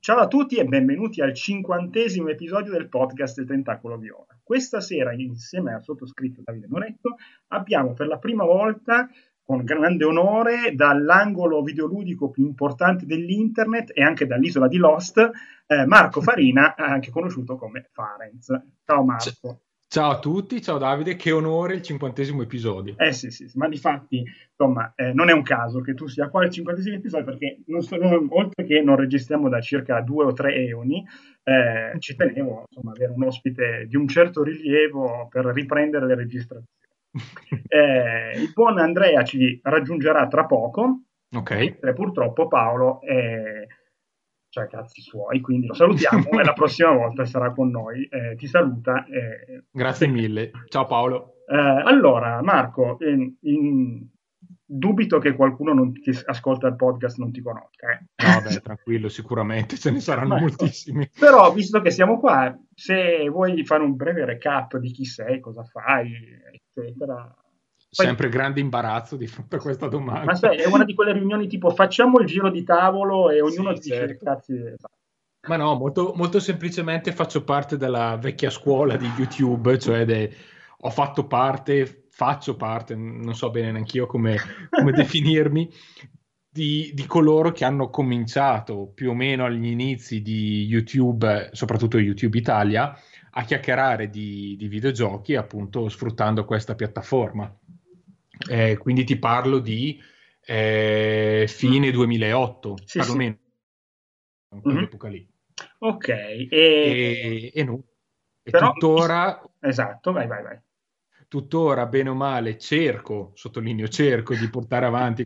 Ciao a tutti e benvenuti al 50° episodio del podcast del Tentacolo Viola. Questa sera, insieme al sottoscritto Davide Moretto, abbiamo per la prima volta, con grande onore, dall'angolo videoludico più importante dell'internet e anche dall'isola di Lost, Marco Farina, anche conosciuto come Farenz. Ciao C- Marco. Ciao a tutti, ciao Davide, che onore il 50° episodio. Sì, ma difatti, insomma, non è un caso che tu sia qua al 50° episodio perché oltre che non registriamo da circa 2 o 3 eoni, ci tenevo insomma avere un ospite di un certo rilievo per riprendere le registrazioni. Il buon Andrea ci raggiungerà tra poco, Ok. mentre purtroppo Paolo cioè cazzi suoi, quindi lo salutiamo e la prossima volta sarà con noi. Ti saluta. Grazie mille. Ciao Paolo. Allora, Marco, dubito che qualcuno che ascolta il podcast non ti conosca. No, beh, tranquillo, sicuramente ce ne saranno Ma ecco, moltissimi. però, visto che siamo qua, se vuoi fare un breve recap di chi sei, cosa fai, eccetera. Poi, Sempre grande imbarazzo di fronte a questa ma domanda. sai, è una di quelle riunioni tipo facciamo il giro di tavolo e ognuno Sì, ti dice che certo. cazzi fa. Ma no, molto, molto semplicemente faccio parte della vecchia scuola di YouTube, ho fatto parte, faccio parte, non so bene neanch'io come definirmi, di coloro che hanno cominciato più o meno agli inizi di YouTube, soprattutto YouTube Italia, a chiacchierare di videogiochi, appunto sfruttando questa piattaforma. Quindi ti parlo di Mm. fine 2008, Sì, sì. perlomeno in Mhm. quell'epoca lì. Ok, E no. E però, tuttora, esatto, vai, vai, vai. tuttora, bene o male, cerco, sottolineo, cerco di portare avanti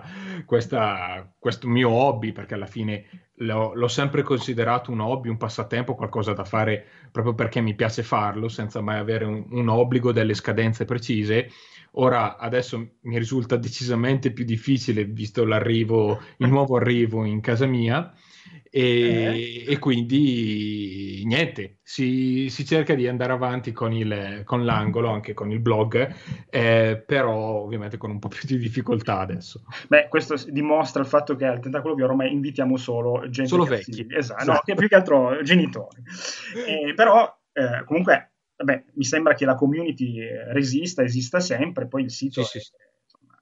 questo mio hobby, perché alla fine l'ho sempre considerato un hobby, un passatempo, qualcosa da fare proprio perché mi piace farlo, senza mai avere un obbligo delle scadenze precise. Ora, adesso mi risulta decisamente più difficile, visto il nuovo arrivo in casa mia. Eh? E quindi niente, si cerca di andare avanti con l'angolo, anche con il blog, però ovviamente con un po' più di difficoltà adesso. Beh, questo dimostra il fatto che al Tentacolo Viola ormai invitiamo solo gente Solo vecchi, cattiva, esatto, no, che esatto. più che altro genitori. Però, comunque, vabbè, mi sembra che la community esista sempre, poi il Sì, sito sì, sì. insomma,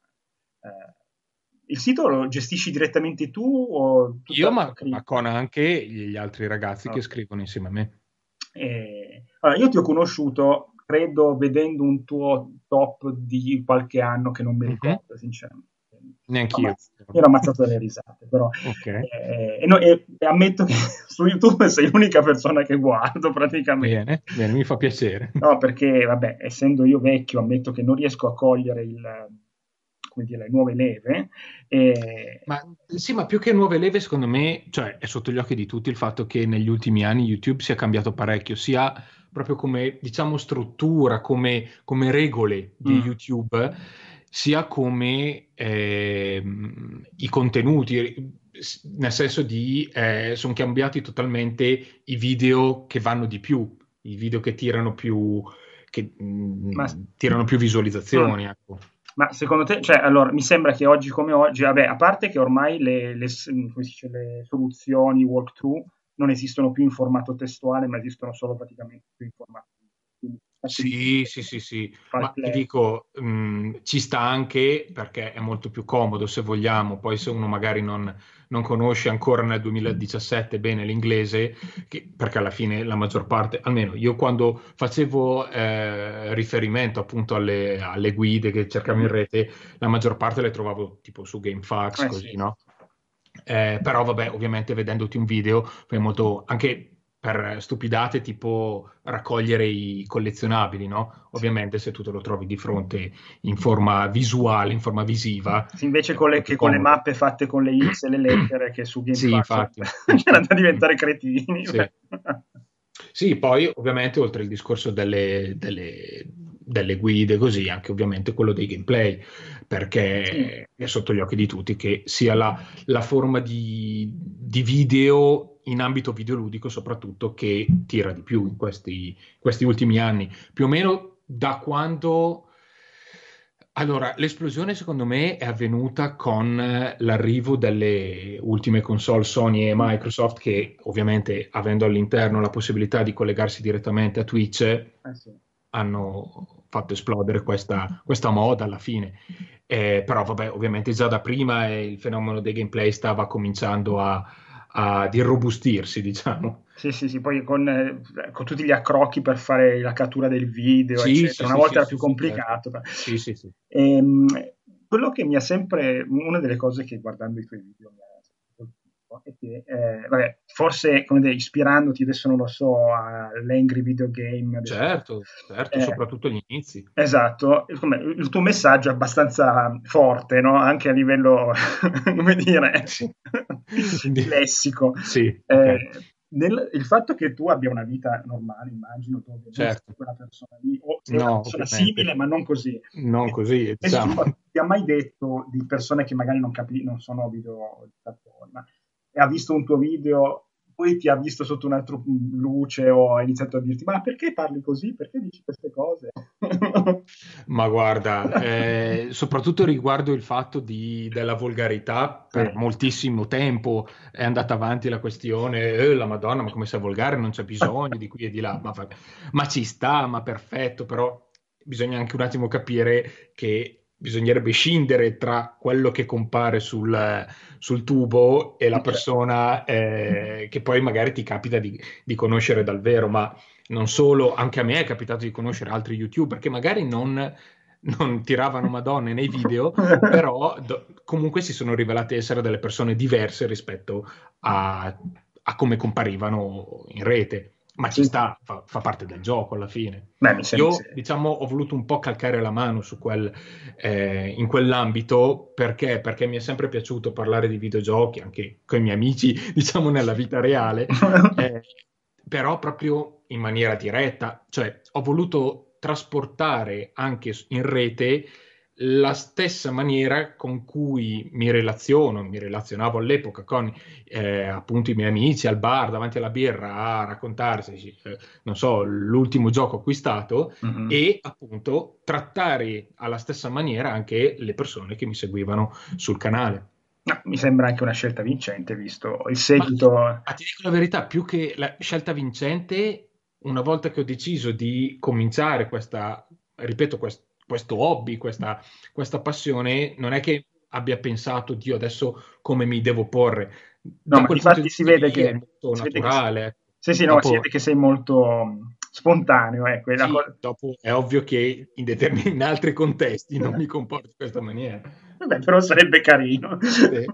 il sito lo gestisci direttamente tu o tutta Io, la tua ma cricca? con anche gli altri ragazzi che Ok. scrivono insieme a me. Allora, io ti ho conosciuto, credo, vedendo un tuo top di qualche anno che non mi Mhm. ricordo, sinceramente. Neanch'io. Mi ero ammazzato dalle risate, però. Ok, E ammetto che su YouTube sei l'unica persona che guardo praticamente. bene, bene, mi fa piacere. No, perché, vabbè, essendo io vecchio, ammetto che non riesco a cogliere come dire, le nuove leve. E... Ma sì, ma più che nuove leve, secondo me, cioè è sotto gli occhi di tutti il fatto che negli ultimi anni YouTube sia cambiato parecchio, sia proprio come, diciamo, struttura, come regole di Mm. YouTube, sia come i contenuti, nel senso di sono cambiati totalmente i video che vanno di più, i video che Ma, tirano più mm. visualizzazioni, ecco. Ma secondo te, cioè, allora, mi sembra che oggi come oggi, vabbè, a parte che ormai come si dice, le soluzioni, i walkthrough, non esistono più in formato testuale, ma esistono solo praticamente più in formato video. Quindi è stato Sì, difficile sì, sì, sì, fare il ma ti play. dico, ci sta anche perché è molto più comodo se vogliamo. Poi se uno magari non conosce ancora nel 2017 bene l'inglese, perché alla fine la maggior parte, almeno io quando facevo riferimento appunto alle guide che cercavo in Mhm. rete, la maggior parte le trovavo tipo su GameFAQs, Sì, così, sì. no? Però vabbè, ovviamente vedendoti un video fai molto anche per stupidate tipo raccogliere i collezionabili, no? Sì. Ovviamente se tu te lo trovi di fronte in forma visuale, in forma visiva, Sì, invece è molto più che con le comodo. mappe fatte con le X e le lettere che su Sì, GameFAQs infatti. c'era da diventare cretini. Sì. Sì, poi ovviamente oltre il discorso delle guide, così anche ovviamente quello dei gameplay, Sì. perché è sotto gli occhi di tutti che sia la forma di video in ambito videoludico soprattutto che tira di più in questi ultimi anni, più o meno da quando Allora, l'esplosione secondo me è avvenuta con l'arrivo delle ultime console Sony e Microsoft che ovviamente avendo all'interno la possibilità di collegarsi direttamente a Twitch Sì. hanno fatto esplodere questa moda alla fine. Però vabbè, ovviamente già da prima il fenomeno dei gameplay stava cominciando ad irrobustirsi, diciamo. Sì, sì, sì, poi con tutti gli accrocchi per fare la cattura del video, Sì, sì, eccetera. Una sì, volta sì, era più sì, sì, certo. complicato. Sì, sì, sì. Ehm, Quello che mi ha sempre, una delle cose che guardando i tuoi video mi ha sempre colpito è che, vabbè, forse come dire, ispirandoti, adesso non lo so, all'Angry Video Game, adesso, Certo, certo, eh, soprattutto agli inizi. esatto, il tuo messaggio è abbastanza forte, no? Anche a livello, come dire, Sì. di lessico. Sì, ok, Il fatto che tu abbia una vita normale, immagino, dove non sei certo. quella persona lì, o sei una No, persona simile, ovviamente. ma non così. Non così, Nessuno diciamo. ti ha mai detto di persone che magari non sono videogiocatori, ma e ha visto un tuo video, poi ti ha visto sotto un'altra luce o ha iniziato a dirti: Ma perché parli così? Perché dici queste cose? Ma guarda, soprattutto riguardo il fatto della volgarità, Sì. per moltissimo tempo è andata avanti la questione, la Madonna, ma come sei volgare, non c'è bisogno di qui e di là, ma ci sta, ma perfetto, però bisogna anche un attimo capire che bisognerebbe scindere tra quello che compare sul tubo e la Cioè, persona che poi magari ti capita di conoscere dal vero, ma non solo, anche a me è capitato di conoscere altri YouTuber che magari non tiravano Madonne nei video, però comunque si sono rivelati essere delle persone diverse rispetto a come comparivano in rete. Ma ci sì, sì. sta, fa parte del gioco alla fine. Beh, mi sembra sì. Io, diciamo, ho voluto un po' calcare la mano in quell'ambito perché mi è sempre piaciuto parlare di videogiochi anche con i miei amici, diciamo, nella vita reale, eh, però proprio in maniera diretta, cioè ho voluto trasportare anche in rete la stessa maniera con cui mi relazionavo all'epoca con appunto i miei amici al bar davanti alla birra a raccontarsi, non so, l'ultimo gioco acquistato Mhm. e appunto trattare alla stessa maniera anche le persone che mi seguivano sul canale. No, mi sembra anche una scelta vincente, visto il Ma, seguito. ma ti dico la verità, più che la scelta vincente, una volta che ho deciso di cominciare ripeto, questo hobby, questa passione, non è che abbia pensato, Dio, adesso come mi devo porre. No, Da ma quel punto di difatti vista lì è molto si vede che sì. naturale. Sì, sì, no, ma si Dopo, vede che sei molto spontaneo, quella sì, cosa. dopo è ovvio che in altri contesti non mi comporto in questa maniera. Vabbè, però sarebbe carino. Sì.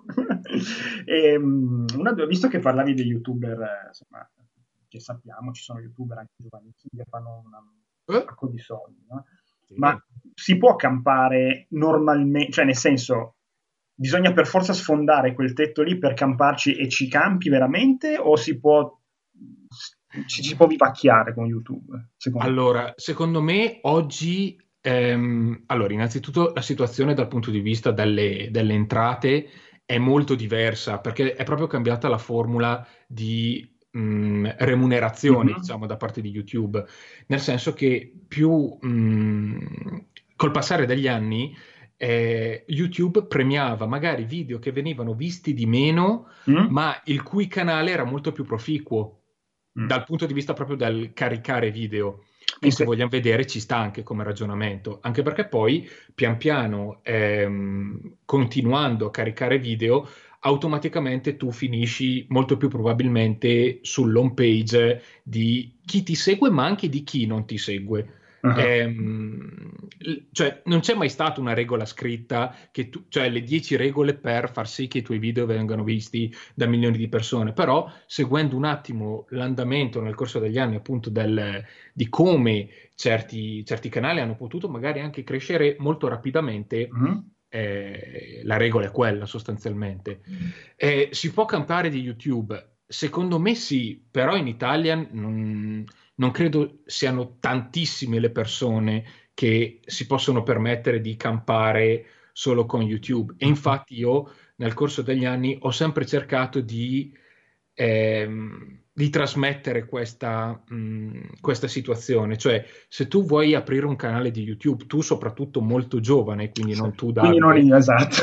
Visto che parlavi dei YouTuber, insomma, che sappiamo, ci sono YouTuber anche giovanissimi che fanno un Eh? sacco di soldi, no? Ma Sì. si può campare normalmente, cioè nel senso, bisogna per forza sfondare quel tetto lì per camparci e ci campi veramente o ci si può vivacchiare con YouTube, secondo te? Allora, secondo me oggi, allora, innanzitutto la situazione dal punto di vista delle entrate è molto diversa perché è proprio cambiata la formula di remunerazione, Mhm. diciamo, da parte di YouTube, nel senso che più col passare degli anni YouTube premiava magari video che venivano visti di meno, Mm? ma il cui canale era molto più proficuo Mm. dal punto di vista proprio del caricare video, che se Mentre- vogliamo vedere ci sta anche come ragionamento, anche perché poi pian piano, continuando a caricare video, automaticamente tu finisci molto più probabilmente sull'home page di chi ti segue, ma anche di chi non ti segue. Ah. Cioè, non c'è mai stata una regola scritta cioè le 10 regole per far sì che i tuoi video vengano visti da milioni di persone, però seguendo un attimo l'andamento nel corso degli anni appunto di come certi canali hanno potuto magari anche crescere molto rapidamente, Mhm. la regola è quella sostanzialmente. Si può campare di YouTube? Secondo me sì, però in Italia non credo siano tantissime le persone che si possono permettere di campare solo con YouTube. E Mhm. infatti io nel corso degli anni ho sempre cercato di trasmettere questa situazione. Cioè, se tu vuoi aprire un canale di YouTube, tu soprattutto molto giovane, quindi non tu, Quindi non Davide, io, esatto.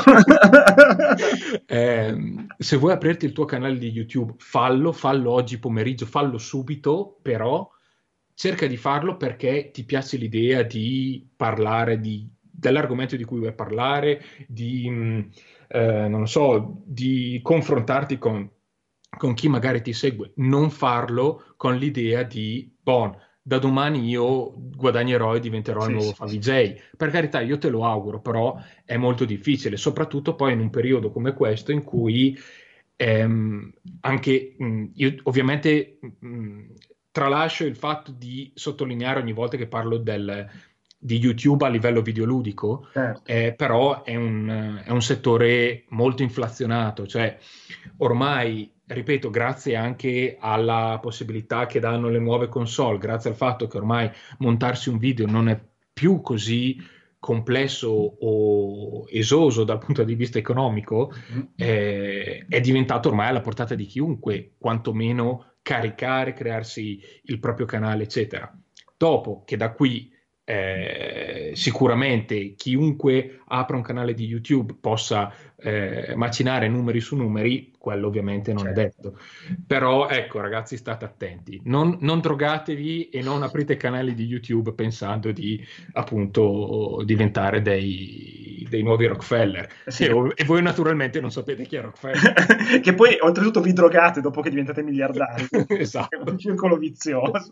se vuoi aprirti il tuo canale di YouTube, fallo oggi pomeriggio, fallo subito, però cerca di farlo perché ti piace l'idea di parlare dell'argomento di cui vuoi parlare, non lo so, di confrontarti con chi magari ti segue, non farlo con l'idea di, bon, da domani io guadagnerò e diventerò il Sì, nuovo sì, sì. Favij. Per carità, io te lo auguro, però è molto difficile, soprattutto poi in un periodo come questo in cui anche io ovviamente tralascio il fatto di sottolineare ogni volta che parlo di YouTube a livello videoludico, Certo. però è un settore molto inflazionato, cioè ormai, ripeto, grazie anche alla possibilità che danno le nuove console, grazie al fatto che ormai montarsi un video non è più così complesso o esoso dal punto di vista economico, Mhm. è diventato ormai alla portata di chiunque, quantomeno caricare, crearsi il proprio canale, eccetera. Dopo che da qui sicuramente chiunque apra un canale di YouTube possa macinare numeri su numeri, quello ovviamente non è Certo. detto. Però ecco, ragazzi, state attenti, non drogatevi e non aprite canali di YouTube pensando di appunto diventare dei nuovi Rockefeller. Sì, E voi naturalmente non sapete chi è Rockefeller. che poi oltretutto vi drogate dopo che diventate miliardari, quindi è un Esatto. circolo vizioso.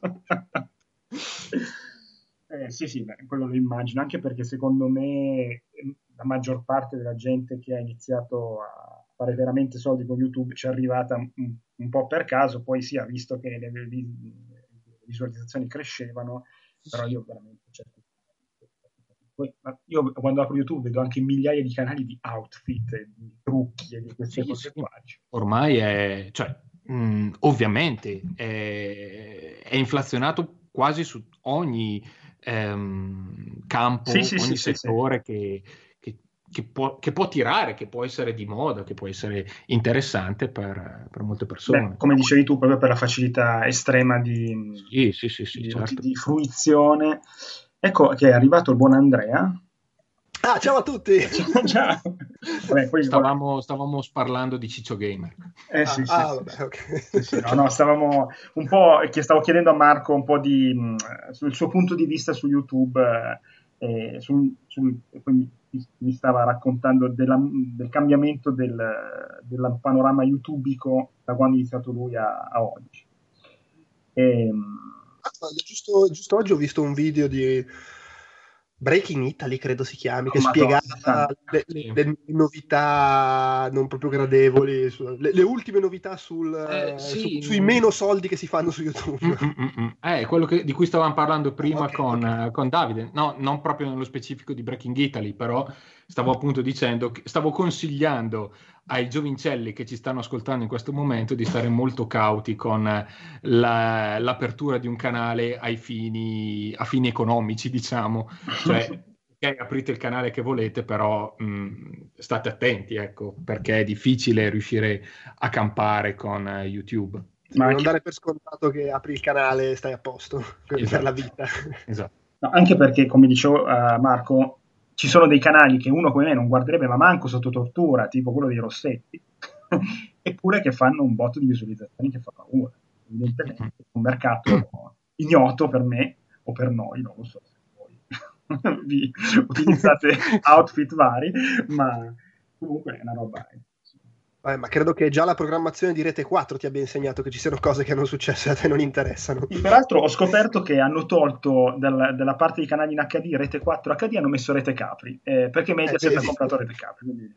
Sì, sì, beh, quello lo immagino, anche perché secondo me la maggior parte della gente che ha iniziato a fare veramente soldi con YouTube ci è arrivata un po' per caso, poi sì, ha visto che le visualizzazioni crescevano, però io veramente cerco poi, io quando apro YouTube vedo anche migliaia di canali di outfit, di trucchi e di queste Sì, cose sì, qua. ormai cioè, ovviamente è inflazionato quasi su ogni Sì, campo, sì, sì, ogni sì, sì. settore che può tirare, che può essere di moda, che può essere interessante per molte Beh, persone. come dicevi tu, proprio per la facilità estrema di, Sì, sì, sì, sì, certo. di fruizione. Ecco che è arrivato il buon Andrea. Ah, ciao a tutti! Ciao, ciao. Vabbè, poi, Stavamo parlando di Ciccio Gamer. sì, sì, sì. Vabbè, ok. Sì, sì, no, stavamo un po', che stavo chiedendo a Marco un po' sul suo punto di vista su YouTube, e poi mi stava raccontando del cambiamento del panorama YouTubico da quando è iniziato lui a oggi. Giusto oggi ho visto un video di Breaking Italy, credo si chiami, che Oh, Madonna spiegava santa. Sì. le novità non proprio gradevoli, le ultime novità Sì. sui meno soldi che si fanno su YouTube. Quello di cui stavamo parlando prima Ok, ok. con Davide, no, non proprio nello specifico di Breaking Italy, però stavo appunto dicendo, stavo consigliando ai giovincelli che ci stanno ascoltando in questo momento di stare molto cauti con l'apertura di un canale a fini economici, diciamo. Cioè, ok, aprite il canale che volete, però state attenti, ecco, perché è difficile riuscire a campare con YouTube. Sì, Ma non anche, dare per scontato che apri il canale e stai a posto per la Esatto, vita. esatto. no, anche perché, come dicevo a Marco, ci sono dei canali che uno come me non guarderebbe ma manco sotto tortura, tipo quello dei Rossetti, eppure che fanno un botto di visualizzazioni che fa paura. Evidentemente è un mercato ignoto per me o per noi, non lo so se voi vi utilizzate outfit vari, ma comunque è una roba. Ma credo che già la programmazione di Rete 4 ti abbia insegnato che ci siano cose che hanno successo e a te non interessano. Peraltro ho scoperto che hanno tolto dalla parte dei canali in HD, Rete 4 HD, hanno messo Rete Capri, perché Mediaset ha Vedi? comprato Rete Capri. Quindi,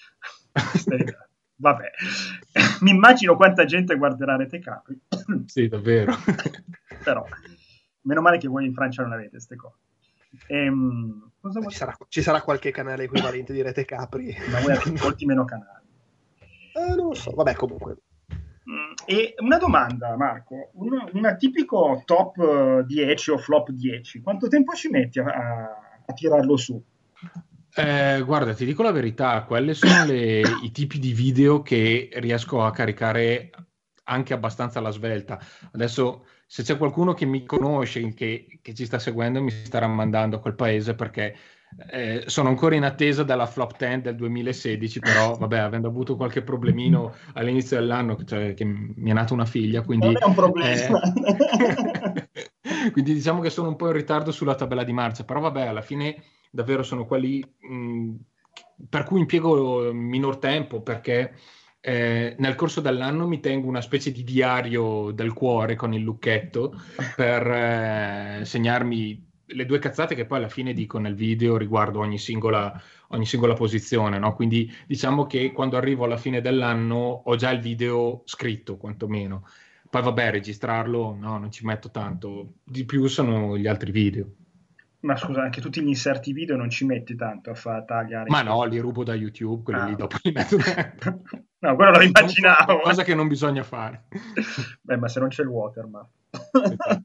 vabbè, mi immagino quanta gente guarderà Rete Capri, Sì, davvero. però meno male che voi in Francia non avete queste cose. Cosa vuoi Ci sarà qualche canale equivalente di Rete Capri. Ma voi avete molti meno canali. Non lo so, vabbè, comunque. E una domanda, Marco, una tipico top 10 o flop 10, quanto tempo ci metti a tirarlo su? Guarda, ti dico la verità, quelle sono i tipi di video che riesco a caricare anche abbastanza alla svelta. Adesso, se c'è qualcuno che mi conosce, che ci sta seguendo, mi starà mandando a quel paese, perché sono ancora in attesa della flop 10 del 2016, però vabbè, avendo avuto qualche problemino all'inizio dell'anno, cioè che mi è nata una figlia, quindi non è un problema. quindi diciamo che sono un po' in ritardo sulla tabella di marcia, però vabbè, alla fine davvero sono quelli per cui impiego minor tempo, perché nel corso dell'anno mi tengo una specie di diario del cuore con il lucchetto per segnarmi le 2 cazzate che poi alla fine dico nel video riguardo ogni singola posizione, no? Quindi diciamo che quando arrivo alla fine dell'anno ho già il video scritto, quantomeno. Poi vabbè, registrarlo no, non ci metto tanto, di più sono gli altri video. Ma scusa, anche tutti gli inserti video non ci metti tanto a far tagliare. Ma no, li rubo da YouTube, quelli lì dopo li metto. No, quello lo immaginavo. Cosa che non bisogna fare. Beh, ma se non c'è il watermark. Esatto.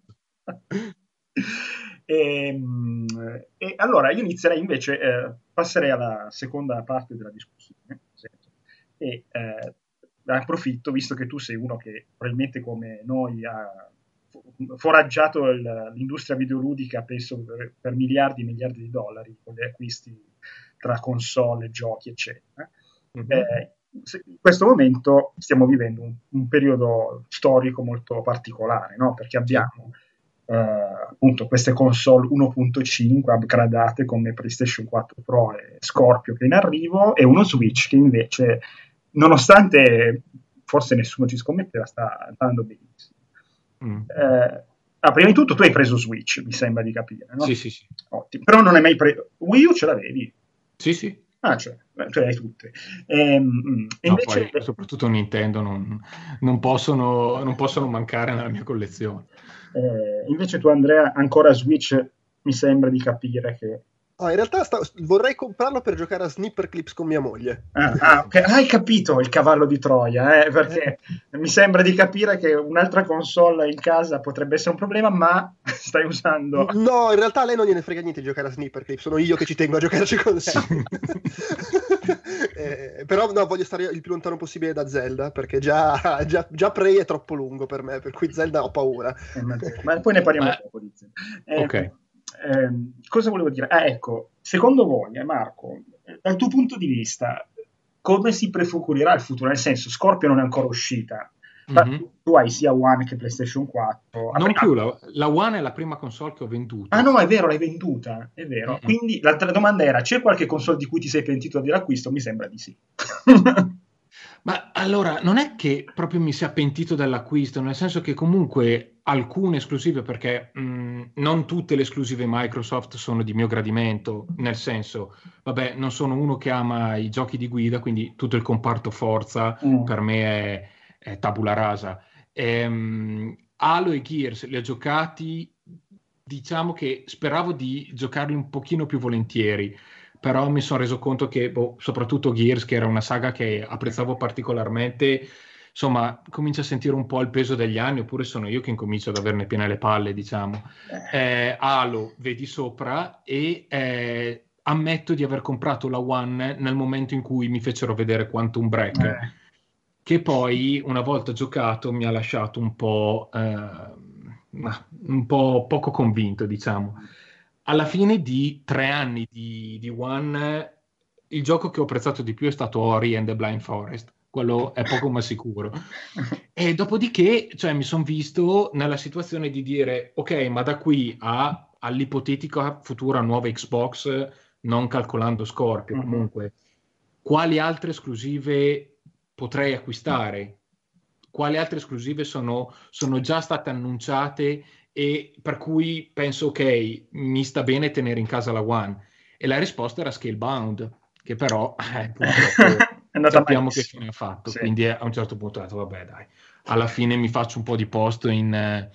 E allora io inizierei invece, passerei alla seconda parte della discussione, e approfitto, visto che tu sei uno che probabilmente come noi ha foraggiato l'industria videoludica, penso per miliardi e miliardi di dollari con gli acquisti tra console, giochi, eccetera. In questo momento stiamo vivendo un periodo storico molto particolare, no? Perché abbiamo appunto queste console 1.5 upgradate come PlayStation 4 Pro e Scorpio che è in arrivo, e uno Switch che invece, nonostante forse nessuno ci scommetteva, sta andando benissimo. Prima di tutto tu hai preso Switch, mi sembra di capire, no? Sì. Ottimo. Però non hai mai preso Wii U, ce l'avevi? Sì. Ce le hai tutte. Invece... poi, soprattutto Nintendo non possono mancare nella mia collezione. Invece tu, Andrea, ancora Switch, mi sembra di capire che... in realtà vorrei comprarlo per giocare a Snipper Clips con mia moglie. Okay. Hai capito il cavallo di Troia, perché mi sembra di capire che un'altra console in casa potrebbe essere un problema, ma stai usando... No, in realtà a lei non gliene frega niente di giocare a Snipper Clips, sono io che ci tengo a giocarci con lei. Però no, voglio stare il più lontano possibile da Zelda, perché già Prey è troppo lungo per me, per cui Zelda ho paura. Ma poi ne parliamo dopo di Zelda. Ok. Cosa volevo dire? Ecco, secondo voi, Marco, dal tuo punto di vista, come si prefigurerà il futuro? Nel senso, Scorpio non è ancora uscita, ma tu hai sia One che PlayStation 4. Non più, la One è la prima console che ho venduto. Ah no, è vero, l'hai venduta, è vero. Quindi l'altra domanda era, c'è qualche console di cui ti sei pentito dell'acquisto? Mi sembra di sì. Ma allora, non è che proprio mi sia pentito dell'acquisto, nel senso che comunque alcune esclusive, perché non tutte le esclusive Microsoft sono di mio gradimento, nel senso, vabbè, non sono uno che ama i giochi di guida, quindi tutto il comparto Forza per me è tabula rasa. Halo e Gears li ho giocati, diciamo che speravo di giocarli un pochino più volentieri, però mi sono reso conto che, soprattutto Gears, che era una saga che apprezzavo particolarmente, insomma, comincio a sentire un po' il peso degli anni, oppure sono io che incomincio ad averne piene le palle, diciamo. Halo, vedi sopra, e ammetto di aver comprato la One nel momento in cui mi fecero vedere Quantum Break, che poi, una volta giocato, mi ha lasciato un po' poco convinto, diciamo. Alla fine di 3 anni di One, il gioco che ho apprezzato di più è stato Ori and the Blind Forest. Quello è poco ma sicuro. E dopodiché, cioè, mi sono visto nella situazione di dire, ok, ma da qui all'ipotetica futura nuova Xbox, non calcolando Scorpio, comunque, quali altre esclusive potrei acquistare? Quali altre esclusive sono già state annunciate e per cui penso, ok, mi sta bene tenere in casa la One? E la risposta era Scalebound, che però purtroppo sappiamo che fine ha fatto, sì. Quindi a un certo punto ho detto, vabbè dai, alla fine mi faccio un po' di posto in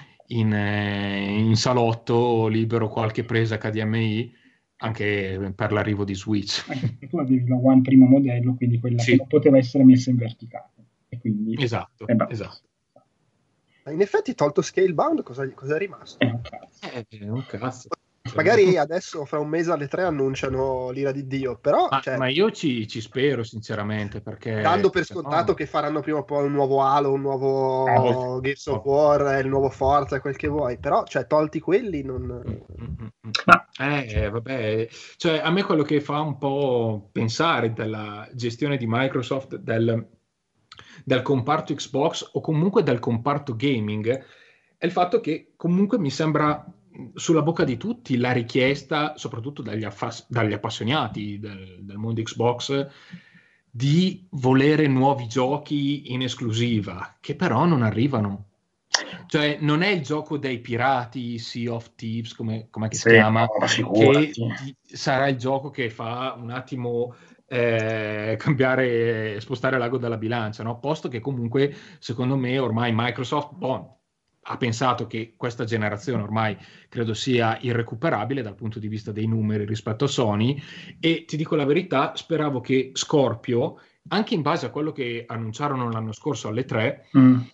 salotto, libero qualche presa HDMI anche per l'arrivo di Switch. Anche tu avevi la One primo modello, quindi quella che non poteva essere messa in verticale. E quindi... Esatto. In effetti, tolto Scalebound, cosa è rimasto? Un cazzo. Magari adesso fra un mese alle 3 annunciano l'ira di Dio, però ma io ci spero sinceramente, perché dando per scontato che faranno prima o poi un nuovo Halo, un nuovo Gears of War, il nuovo Forza, quel che vuoi, però tolti quelli non... vabbè, cioè a me quello che fa un po' pensare della gestione di Microsoft del comparto Xbox o comunque del comparto gaming è il fatto che comunque mi sembra sulla bocca di tutti la richiesta, soprattutto dagli appassionati del mondo Xbox, di volere nuovi giochi in esclusiva, che però non arrivano. Cioè non è il gioco dei pirati, Sea of Thieves, come si chiama, che sarà il gioco che fa un attimo spostare l'ago dalla bilancia, no? Posto che comunque secondo me ormai Microsoft ha pensato che questa generazione ormai credo sia irrecuperabile dal punto di vista dei numeri rispetto a Sony, e ti dico la verità, speravo che Scorpio, anche in base a quello che annunciarono l'anno scorso alle 3,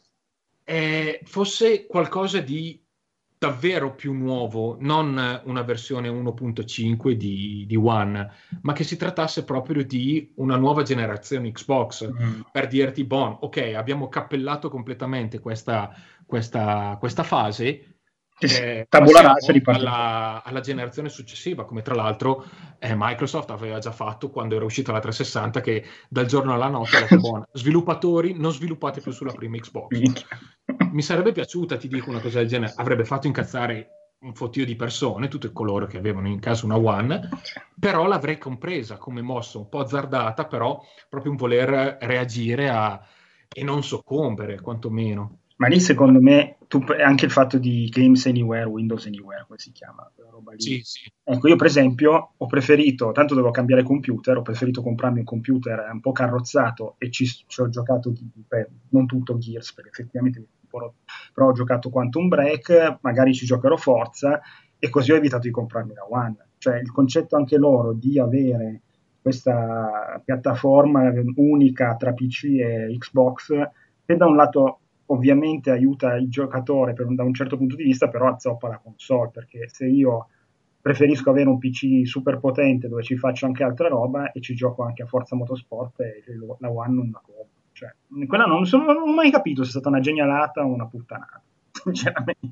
fosse qualcosa di davvero più nuovo, non una versione 1.5 di One, ma che si trattasse proprio di una nuova generazione Xbox, per dirti, ok, abbiamo cappellato completamente questa fase, tabula rasa alla generazione successiva, come tra l'altro Microsoft aveva già fatto quando era uscita la 360, che dal giorno alla notte ha detto, sviluppatori, non sviluppate più sulla prima Xbox. Mi sarebbe piaciuta, ti dico, una cosa del genere, avrebbe fatto incazzare un fottio di persone, tutte coloro che avevano in casa una One, però l'avrei compresa come mossa un po' azzardata, però proprio un voler reagire e non soccombere, quantomeno. Ma lì secondo me anche il fatto di Games Anywhere, Windows Anywhere, come si chiama quella roba lì. Sì. Ecco, io per esempio ho preferito, tanto dovevo cambiare computer, ho preferito comprarmi un computer un po' carrozzato e ci ho giocato, non tutto Gears, perché effettivamente però ho giocato Quantum Break, magari ci giocherò Forza, e così ho evitato di comprarmi la One. Cioè il concetto anche loro di avere questa piattaforma unica tra PC e Xbox, che da un lato ovviamente aiuta il giocatore da un certo punto di vista, però azzoppa la console, perché se io preferisco avere un PC super potente dove ci faccio anche altra roba e ci gioco anche a Forza Motorsport, e la One non la compro. Cioè, quella non ho mai capito se è stata una genialata o una puttanata, sinceramente.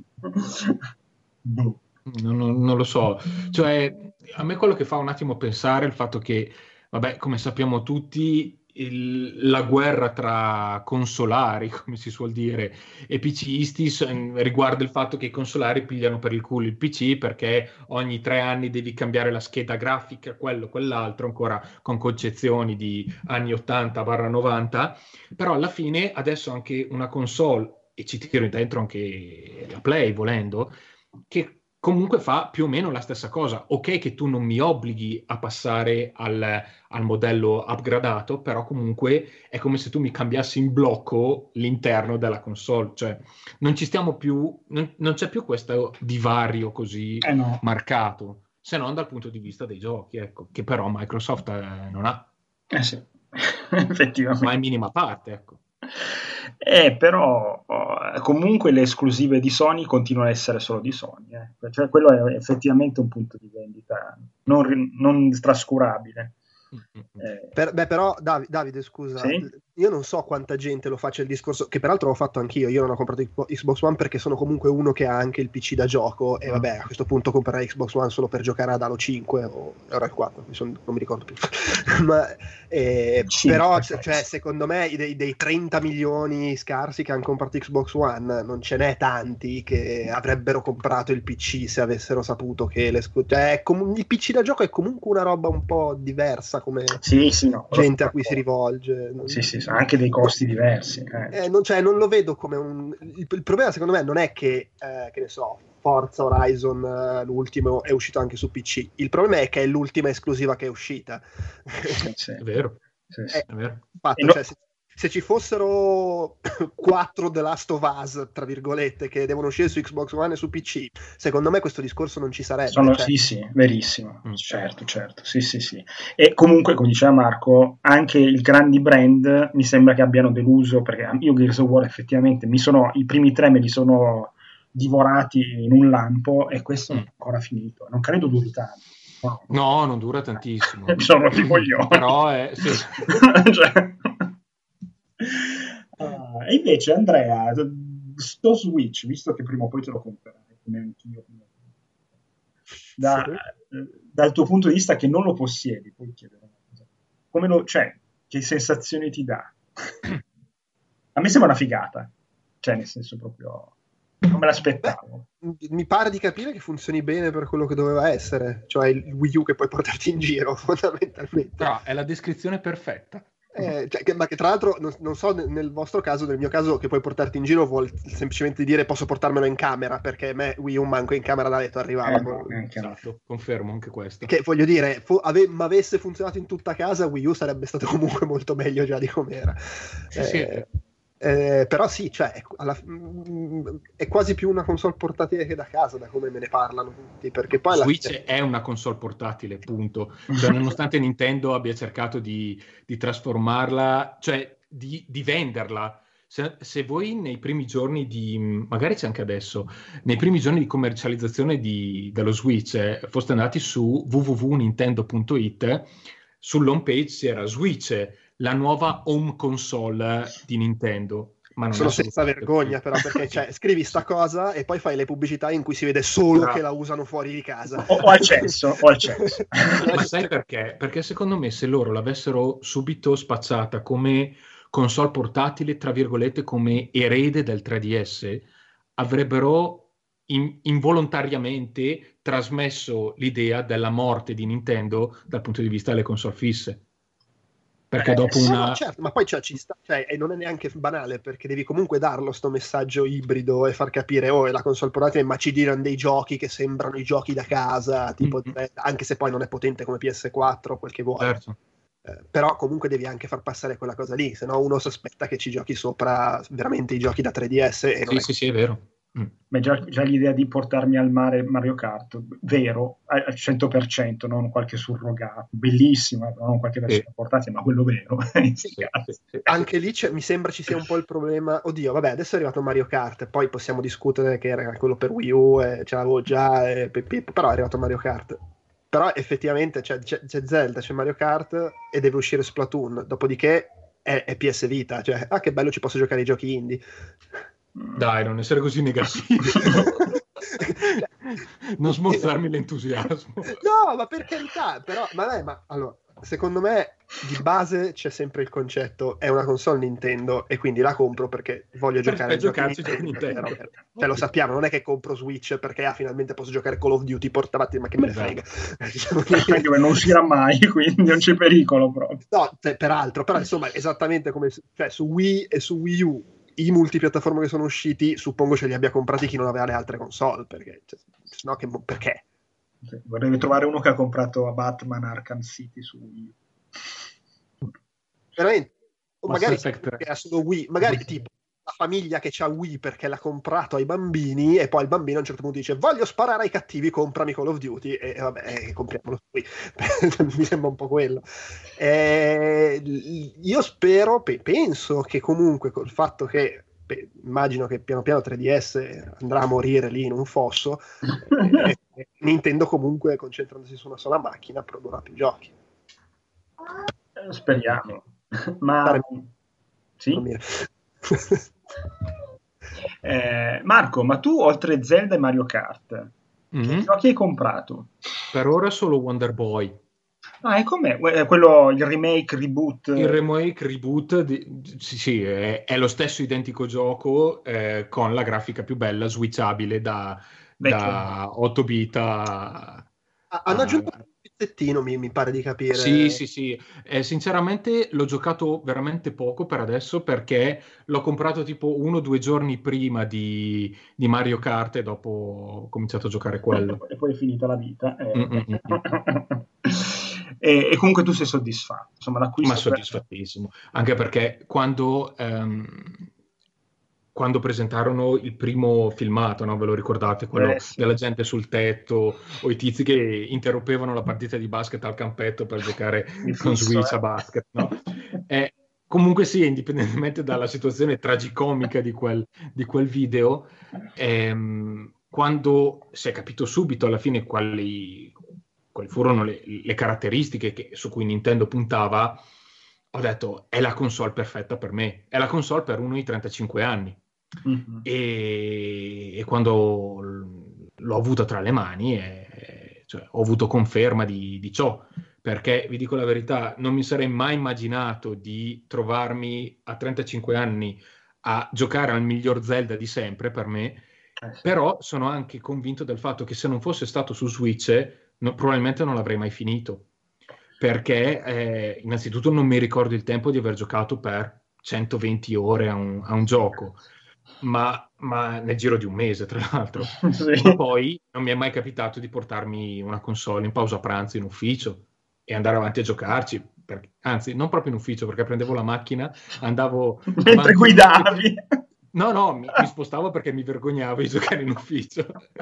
Non lo so. Cioè, a me quello che fa un attimo pensare è il fatto che, vabbè, come sappiamo tutti, la guerra tra consolari, come si suol dire, e PCisti riguarda il fatto che i consolari pigliano per il culo il PC perché ogni 3 anni devi cambiare la scheda grafica, quell'altro, ancora con concezioni di anni 80-90, però alla fine adesso anche una console, e ci tiro dentro anche la Play volendo, che comunque fa più o meno la stessa cosa. Ok che tu non mi obblighi a passare al modello upgradato, però comunque è come se tu mi cambiassi in blocco l'interno della console. Cioè non ci stiamo più, non c'è più questo divario così marcato, se non dal punto di vista dei giochi, ecco, che però Microsoft non ha. Sì, effettivamente. Ma in minima parte, ecco. Però comunque le esclusive di Sony continuano a essere solo di Sony, cioè quello è effettivamente un punto di vendita non trascurabile. Però Davide, scusa, sì? Io non so quanta gente lo faccia il discorso, che peraltro ho fatto anch'io. Io non ho comprato Xbox One perché sono comunque uno che ha anche il PC da gioco, e vabbè, a questo punto comprerei Xbox One solo per giocare ad Halo 5 o ora il 4, non mi ricordo più. Però cioè, secondo me dei 30 milioni scarsi che hanno comprato Xbox One non ce n'è tanti che avrebbero comprato il PC se avessero saputo che il PC da gioco è comunque una roba un po' diversa come gente a cui si rivolge. Sì, anche dei costi diversi. Non lo vedo come il problema secondo me non è che ne so, Forza Horizon l'ultimo è uscito anche su PC. Il problema è che è l'ultima esclusiva che è uscita. Sì. È vero. È vero. Cioè, se ci fossero 4 The Last of Us, tra virgolette, che devono uscire su Xbox One e su PC, secondo me questo discorso non ci sarebbe. Sì, verissimo. Certo. Sì. E comunque, come diceva Marco, anche i grandi brand mi sembra che abbiano deluso, perché io Gears of War effettivamente i primi 3 me li sono divorati in un lampo, e questo non è ancora finito. Non credo duri tanto. No, non dura tantissimo. Sono tipo io. Però sì. Cioè... e invece Andrea, sto Switch, visto che prima o poi te lo comprerai, come anch'io, dal tuo punto di vista che non lo possiedi, poi chiedere una cosa. Cioè, che sensazioni ti dà? A me sembra una figata, cioè nel senso proprio non me l'aspettavo. Mi pare di capire che funzioni bene per quello che doveva essere, cioè il Wii U che puoi portarti in giro fondamentalmente. Però è la descrizione perfetta. Ma che tra l'altro non so nel vostro caso, nel mio caso, che puoi portarti in giro vuol semplicemente dire posso portarmelo in camera, perché a me Wii U manco in camera da letto arrivava. Esatto, confermo anche questo. Che voglio dire, ma avesse funzionato in tutta casa, Wii U sarebbe stato comunque molto meglio già di com'era. Sì. Però sì, cioè, è quasi più una console portatile che da casa, da come me ne parlano tutti, perché poi Switch è una console portatile, punto. Cioè, nonostante Nintendo abbia cercato di trasformarla, cioè di venderla. Se voi nei primi giorni magari c'è anche adesso, nei primi giorni di commercializzazione dello Switch, foste andati su www.nintendo.it, sull'home page c'era Switch, la nuova home console di Nintendo. Ma non sono senza vergogna, però, perché scrivi sta cosa e poi fai le pubblicità in cui si vede solo che la usano fuori di casa. O al cesso. Ma sai perché? Perché secondo me se loro l'avessero subito spacciata come console portatile, tra virgolette, come erede del 3DS, avrebbero involontariamente trasmesso l'idea della morte di Nintendo dal punto di vista delle console fisse. Perché dopo no, certo, ma poi ci sta, e non è neanche banale, perché devi comunque darlo sto messaggio ibrido e far capire è la console portatile, ma ci girano dei giochi che sembrano i giochi da casa, tipo anche se poi non è potente come PS4 o quel che vuoi. Certo. Però comunque devi anche far passare quella cosa lì, se no uno sospetta che ci giochi sopra veramente i giochi da 3DS e non sì, è vero. Ma già l'idea di portarmi al mare Mario Kart, vero, al 100%, non qualche surrogato, bellissima, non qualche versione portatile, ma quello vero. Sì. Anche lì mi sembra ci sia un po' il problema, oddio, vabbè, adesso è arrivato Mario Kart, poi possiamo discutere che era quello per Wii U, ce l'avevo già, però è arrivato Mario Kart. Però effettivamente c'è Zelda, c'è Mario Kart e deve uscire Splatoon, dopodiché è PS Vita, cioè, che bello, ci posso giocare ai giochi indie. Dai, non essere così negativo. Non smorzarmi l'entusiasmo. No, ma per carità, però, ma allora, secondo me di base c'è sempre il concetto, è una console Nintendo e quindi la compro perché voglio giocare ai giochi Nintendo. Cioè, lo sappiamo, non è che compro Switch perché finalmente posso giocare Call of Duty portatile, ma che me ne frega. Anche non uscirà mai, quindi non c'è pericolo proprio. No, peraltro, però insomma, esattamente come su Wii e su Wii U, i multipiattaforma che sono usciti, suppongo ce li abbia comprati chi non aveva le altre console, perché sennò perché? Sì, vorrei trovare uno che ha comprato a Batman Arkham City su Wii. Veramente? O magari che ha solo Wii, magari tipo la famiglia che c'ha Wii perché l'ha comprato ai bambini e poi il bambino a un certo punto dice voglio sparare ai cattivi, comprami Call of Duty e vabbè, compriamolo qui. Mi sembra un po' quello. Io spero, penso che comunque col fatto che immagino che piano piano 3DS andrà a morire lì in un fosso, Nintendo comunque concentrandosi su una sola macchina produrrà più giochi. Speriamo. Ma sì? Marco, ma tu oltre Zelda e Mario Kart che giochi hai comprato? Per ora solo Wonder Boy. Ah, e com'è? Quello, il remake, reboot? Il remake, reboot, sì, è lo stesso identico gioco con la grafica più bella, switchabile da 8 bit a... Hanno aggiunto un pezzettino, mi pare di capire. Sì. Sinceramente l'ho giocato veramente poco per adesso perché l'ho comprato tipo 1 o 2 giorni prima di Mario Kart e dopo ho cominciato a giocare quello. E poi è finita la vita. E comunque tu sei soddisfatto? Insomma, l'acquisto. Ma soddisfattissimo, anche perché quando presentarono il primo filmato, no? Ve lo ricordate? Quello della gente sul tetto o i tizi che interrompevano la partita di basket al campetto per giocare con Switch a basket, no? Comunque sì, indipendentemente dalla situazione tragicomica di quel video, quando si è capito subito alla fine quali furono le caratteristiche su cui Nintendo puntava, ho detto è la console perfetta per me, è la console per uno di 35 anni. Mm-hmm. E quando l'ho avuta tra le mani, cioè, ho avuto conferma di ciò. Perché vi dico la verità, non mi sarei mai immaginato di trovarmi a 35 anni a giocare al miglior Zelda di sempre per me, Sì. però sono anche convinto del fatto che se non fosse stato su Switch probabilmente non l'avrei mai finito, perché innanzitutto non mi ricordo il tempo di aver giocato per 120 ore a un gioco, ma nel giro di un mese, tra l'altro. Sì. Ma poi non mi è mai capitato di portarmi una console in pausa pranzo in ufficio e andare avanti a giocarci, anzi, non proprio in ufficio, perché prendevo la macchina, andavo mentre avanti. guidavi. No, mi spostavo perché mi vergognavo di giocare in ufficio.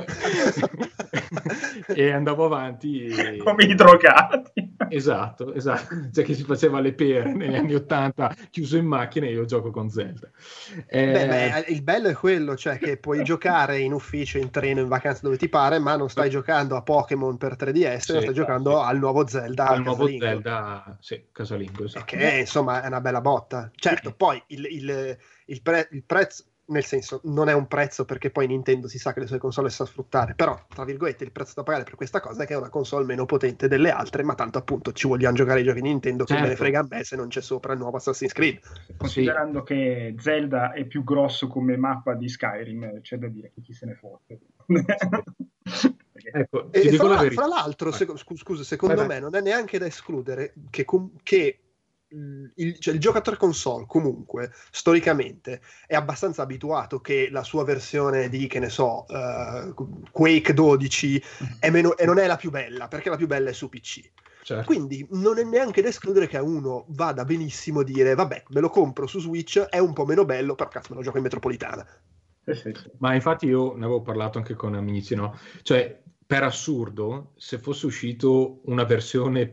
E andavo avanti. Come i drogati. Esatto, cioè che si faceva le pere negli anni '80 chiuso in macchina e io gioco con Zelda. Beh, il bello è quello, cioè che puoi giocare in ufficio, in treno, in vacanza dove ti pare, ma non stai giocando a Pokémon per 3DS, Sì, non stai giocando al nuovo Zelda al nuovo casalingo. Zelda, sì, casalingo, esatto. Che insomma è una bella botta. Certo, poi il prezzo, nel senso, non è un prezzo perché poi Nintendo si sa che le sue console sa sfruttare, però, tra virgolette, il prezzo da pagare per questa cosa è che è una console meno potente delle altre, ma tanto appunto ci vogliamo giocare i giochi di Nintendo, che me ne frega a me se non c'è sopra il nuovo Assassin's Creed. Considerando che Zelda è più grosso come mappa di Skyrim, c'è da dire che chi se ne fotte. Ecco, E ti dico la fra verità. l'altro, scusa, secondo me non è neanche da escludere che il giocatore console comunque storicamente è abbastanza abituato che la sua versione di, che ne so, Quake 12 è meno, e non è la più bella, perché la più bella è su PC. Certo. Quindi non è neanche da escludere che a uno vada benissimo dire vabbè, me lo compro su Switch, è un po' meno bello, però cazzo me lo gioco in metropolitana. Sì. Ma infatti io ne avevo parlato anche con amici, no? Cioè, per assurdo, se fosse uscito una versione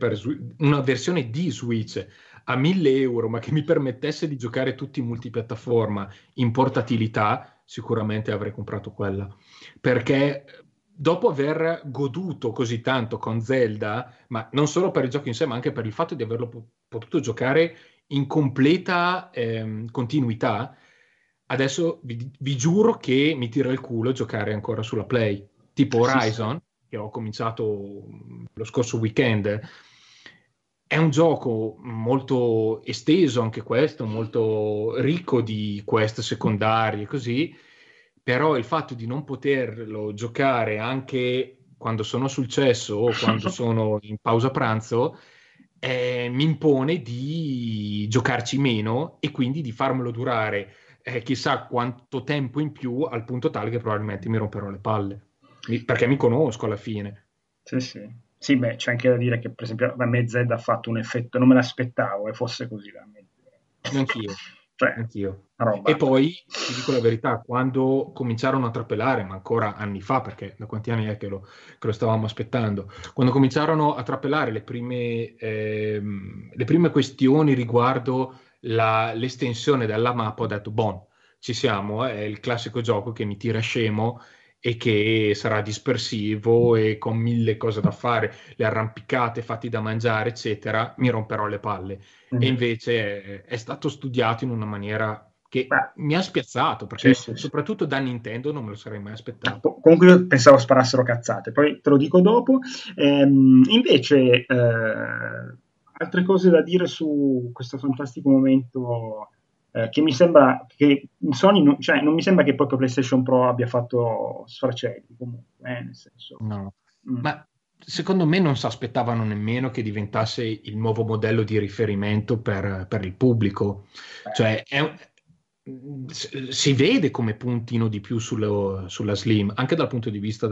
di Switch a 1.000 euro, ma che mi permettesse di giocare tutti in multipiattaforma in portatilità, sicuramente avrei comprato quella. Perché dopo aver goduto così tanto con Zelda, ma non solo per il gioco in sé, ma anche per il fatto di averlo potuto giocare in completa continuità, adesso vi giuro che mi tira il culo giocare ancora sulla Play, tipo Horizon, che ho cominciato lo scorso weekend. È un gioco molto esteso anche questo, molto ricco di quest secondarie, così, però il fatto di non poterlo giocare anche quando sono sul cesso o quando sono in pausa pranzo mi impone di giocarci meno e quindi di farmelo durare chissà quanto tempo in più, al punto tale che probabilmente mi romperò le palle, perché mi conosco alla fine. Sì. Sì, beh, c'è anche da dire che per esempio a me Zed ha fatto un effetto, non me l'aspettavo e fosse così veramente. Anch'io. Cioè, Anch'io. roba. E poi ti dico la verità, quando cominciarono a trapelare, ma ancora anni fa, perché da quanti anni è che lo stavamo aspettando, quando cominciarono a trapelare le prime questioni riguardo l'estensione della mappa, ho detto, bon, ci siamo, è il classico gioco che mi tira scemo e che sarà dispersivo e con 1000 cose da fare, le arrampicate, fatti da mangiare, eccetera, mi romperò le palle. E invece è stato studiato in una maniera che mi ha spiazzato, perché soprattutto da Nintendo non me lo sarei mai aspettato. Comunque io pensavo sparassero cazzate, poi te lo dico dopo. Invece, altre cose da dire su questo fantastico momento che mi sembra che Sony, non mi sembra che proprio PlayStation Pro abbia fatto sfracelli, comunque, nel senso. No, ma secondo me non si aspettavano nemmeno che diventasse il nuovo modello di riferimento per il pubblico. Cioè, si vede come puntino di più sulla Slim, anche dal punto di vista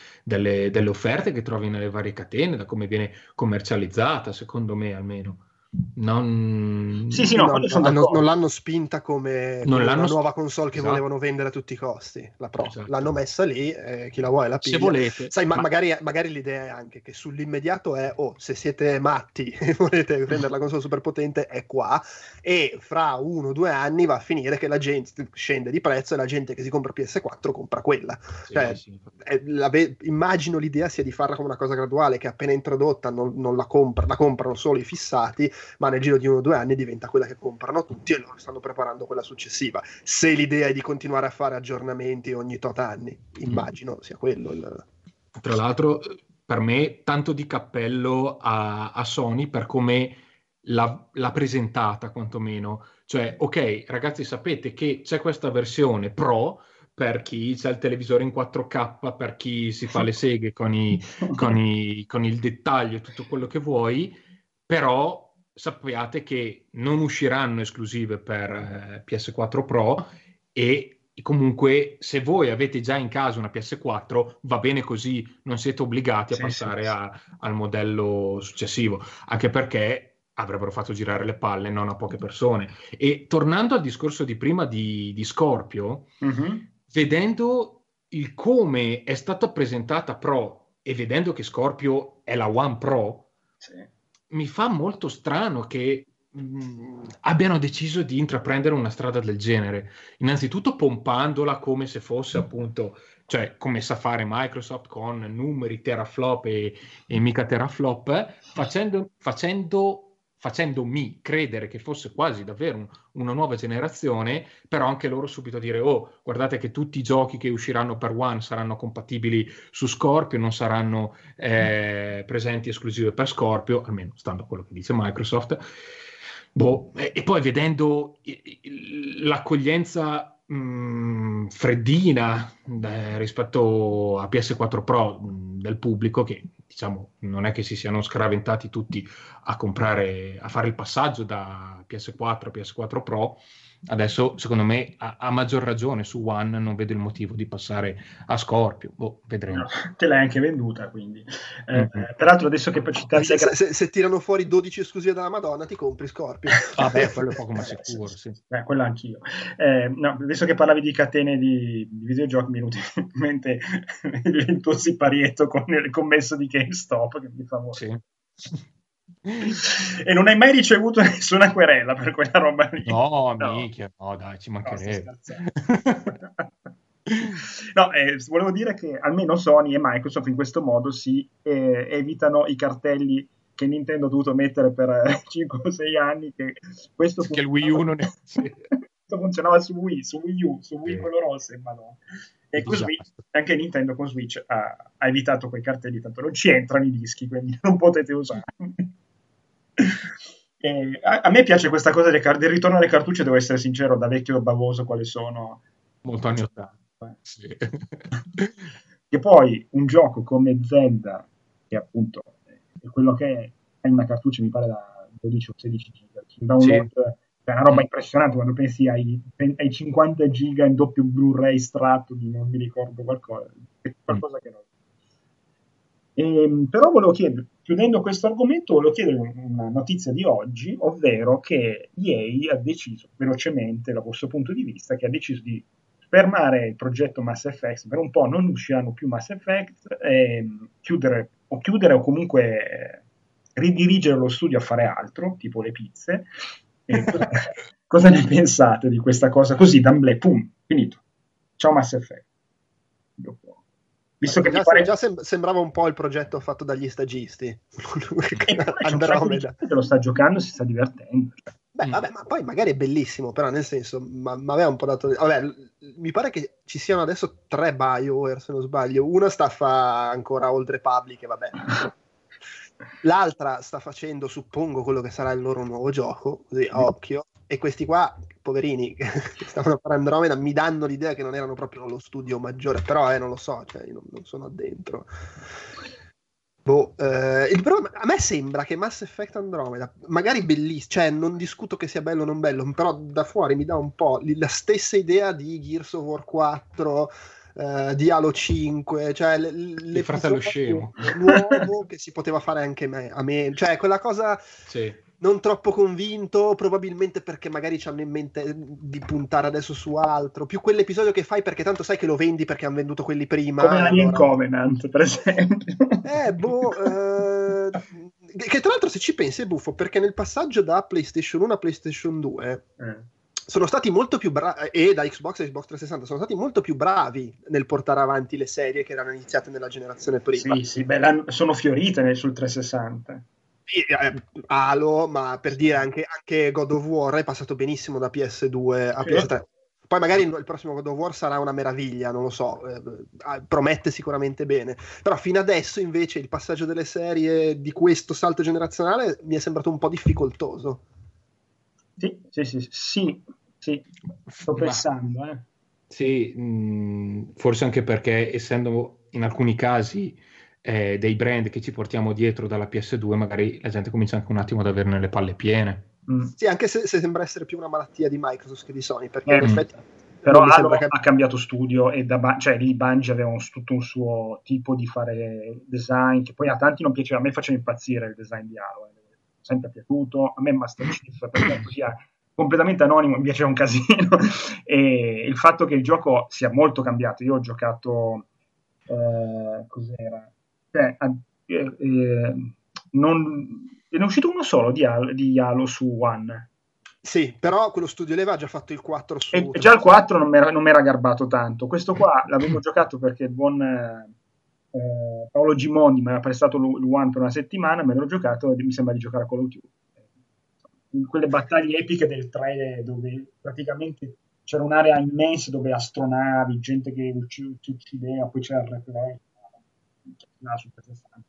delle offerte che trovi nelle varie catene, da come viene commercializzata, secondo me almeno. Sì, no, non l'hanno spinta come una nuova console che esatto. volevano vendere a tutti i costi, la Pro. Esatto. L'hanno messa lì, chi la vuole la piglia. Se volete. Sai, magari l'idea è anche che sull'immediato è, se siete matti e volete prendere la console super potente, è qua, e fra 1 o 2 anni va a finire che la gente scende di prezzo e la gente che si compra PS4 compra quella. Sì, cioè, sì. Immagino l'idea sia di farla come una cosa graduale, che appena introdotta non la comprano solo i fissati, ma nel giro di 1 o 2 anni diventa quella che comprano tutti e loro stanno preparando quella successiva. Se l'idea è di continuare a fare aggiornamenti ogni tot anni, immagino sia quello Tra l'altro, per me tanto di cappello a Sony per come l'ha presentata, quantomeno. Cioè, ok, ragazzi, sapete che c'è questa versione Pro per chi c'ha il televisore in 4K, per chi si fa le seghe con il dettaglio e tutto quello che vuoi, però sappiate che non usciranno esclusive per PS4 Pro, e comunque se voi avete già in casa una PS4 va bene così, non siete obbligati a passare al modello successivo, anche perché avrebbero fatto girare le palle non a poche persone. E tornando al discorso di prima di Scorpio, vedendo il come è stata presentata Pro e vedendo che Scorpio è la One Pro, mi fa molto strano che abbiano deciso di intraprendere una strada del genere, innanzitutto pompandola come se fosse appunto, cioè come sa fare Microsoft con numeri teraflop e mica teraflop, facendomi credere che fosse quasi davvero una nuova generazione, però anche loro subito dire: oh, guardate che tutti i giochi che usciranno per One saranno compatibili su Scorpio, non saranno presenti esclusive per Scorpio, almeno stando a quello che dice Microsoft. E poi vedendo l'accoglienza freddina rispetto a PS4 Pro del pubblico, che diciamo non è che si siano scaraventati tutti a fare il passaggio da PS4 a PS4 Pro, adesso secondo me a maggior ragione su One non vedo il motivo di passare a Scorpio. Vedremo. No, te l'hai anche venduta, quindi peraltro adesso che citavi se tirano fuori 12 esclusive dalla Madonna ti compri Scorpio. Vabbè, quello è poco ma sicuro, sì. Quello anch'io. No, adesso che parlavi di catene di videogiochi mi è venuto in mente il tuo siparietto con il commesso di GameStop, che mi fa morire. Sì. E non hai mai ricevuto nessuna querela per quella roba lì? No, mica, no dai, ci mancherebbe. No, volevo dire che almeno Sony e Microsoft in questo modo si evitano i cartelli che Nintendo ha dovuto mettere per 5 o 6 anni, che il Wii U non è... questo funzionava su Wii, su Wii U, su Wii quello rosso, ma no. E così anche Nintendo con Switch ha evitato quei cartelli, tanto non ci entrano i dischi, quindi non potete usare. A me piace questa cosa del ritorno alle cartucce, devo essere sincero, da vecchio bavoso quale sono. Molto anni 80. Sì. Che poi un gioco come Zelda, che appunto è quello che è una cartuccia, mi pare da 12 o 16 giga, download, è una roba impressionante quando pensi ai 50 giga in doppio Blu-ray estratto di non mi ricordo qualcosa che non. Però volevo chiedere, chiudendo questo argomento, volevo chiedere una notizia di oggi, ovvero che EA ha deciso velocemente, dal vostro punto di vista, che ha deciso di fermare il progetto Mass Effect, per un po' non usciranno più Mass Effect, chiudere o comunque ridirigere lo studio a fare altro, tipo le pizze. Cosa ne pensate di questa cosa? Così, d'amblè, pum, finito. Ciao Mass Effect. Visto che già sembrava un po' il progetto fatto dagli stagisti. Andromeda. Lo sta giocando, si sta divertendo. Vabbè, ma poi magari è bellissimo, però nel senso, ma aveva un po' dato... Vabbè, mi pare che ci siano adesso 3 BioWare, se non sbaglio. Una sta a fare ancora Old Republic, e vabbè. L'altra sta facendo, suppongo, quello che sarà il loro nuovo gioco, così a occhio. E questi qua, poverini, che stavano a fare Andromeda, mi danno l'idea che non erano proprio lo studio maggiore, però non lo so, cioè io non sono addentro. Il problema, a me sembra che Mass Effect Andromeda, magari bellissimo, cioè non discuto che sia bello o non bello, però da fuori mi dà un po' la stessa idea di Gears of War 4, di Halo 5, cioè il fratello scemo nuovo che si poteva fare anche a me, cioè quella cosa non troppo convinto, probabilmente perché magari ci hanno in mente di puntare adesso su altro, più quell'episodio che fai perché tanto sai che lo vendi perché hanno venduto quelli prima. Come Alien allora... Covenant, per esempio. Che tra l'altro se ci pensi è buffo, perché nel passaggio da PlayStation 1 a PlayStation 2 sono stati molto più bravi, e da Xbox a Xbox 360 sono stati molto più bravi nel portare avanti le serie che erano iniziate nella generazione prima. Sì, beh, sono fiorite sul 360. Halo, ma per dire anche God of War è passato benissimo da PS2 a PS3. Poi magari il prossimo God of War sarà una meraviglia, non lo so, promette sicuramente bene. Però fino adesso invece il passaggio delle serie di questo salto generazionale mi è sembrato un po' difficoltoso. Sì, sto pensando. Sì, forse anche perché essendo in alcuni casi dei brand che ci portiamo dietro dalla PS2, magari la gente comincia anche un attimo ad averne le palle piene. Sì, anche se sembra essere più una malattia di Microsoft che di Sony, perché in effetti però ha cambiato studio e cioè lì Bungie aveva tutto un suo tipo di fare design che poi a tanti non piaceva. A me faceva impazzire il design di Halo, sempre piaciuto. A me Master Chief, per quanto sia completamente anonimo, mi piaceva un casino. E il fatto che il gioco sia molto cambiato. Io ho giocato cos'era? Ne è uscito uno solo di Halo su One. Sì, però quello studio lì aveva già fatto il 4 su... E già il 4 non mi era garbato tanto. Questo qua l'avevo giocato perché il buon Paolo Gimondi mi aveva prestato il One per una settimana, me l'ho giocato e mi sembra di giocare a Call of Duty. In quelle battaglie epiche del 3 dove praticamente c'era un'area immensa dove astronavi, gente che ci uccideva, poi c'era il replay. Su 360.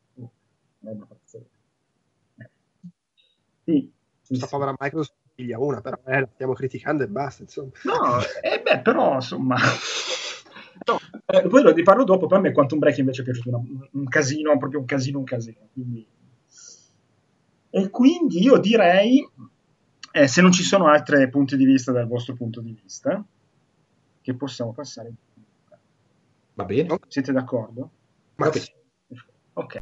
Sì. Questa povera Microsoft piglia una, però la stiamo criticando e basta, insomma. No, però insomma... No, poi lo riparlo dopo, per me Quantum Break invece è piaciuto un casino, proprio un casino. E quindi io direi, se non ci sono altri punti di vista dal vostro punto di vista, che possiamo passare. Va bene. Siete d'accordo? Va bene. Ok.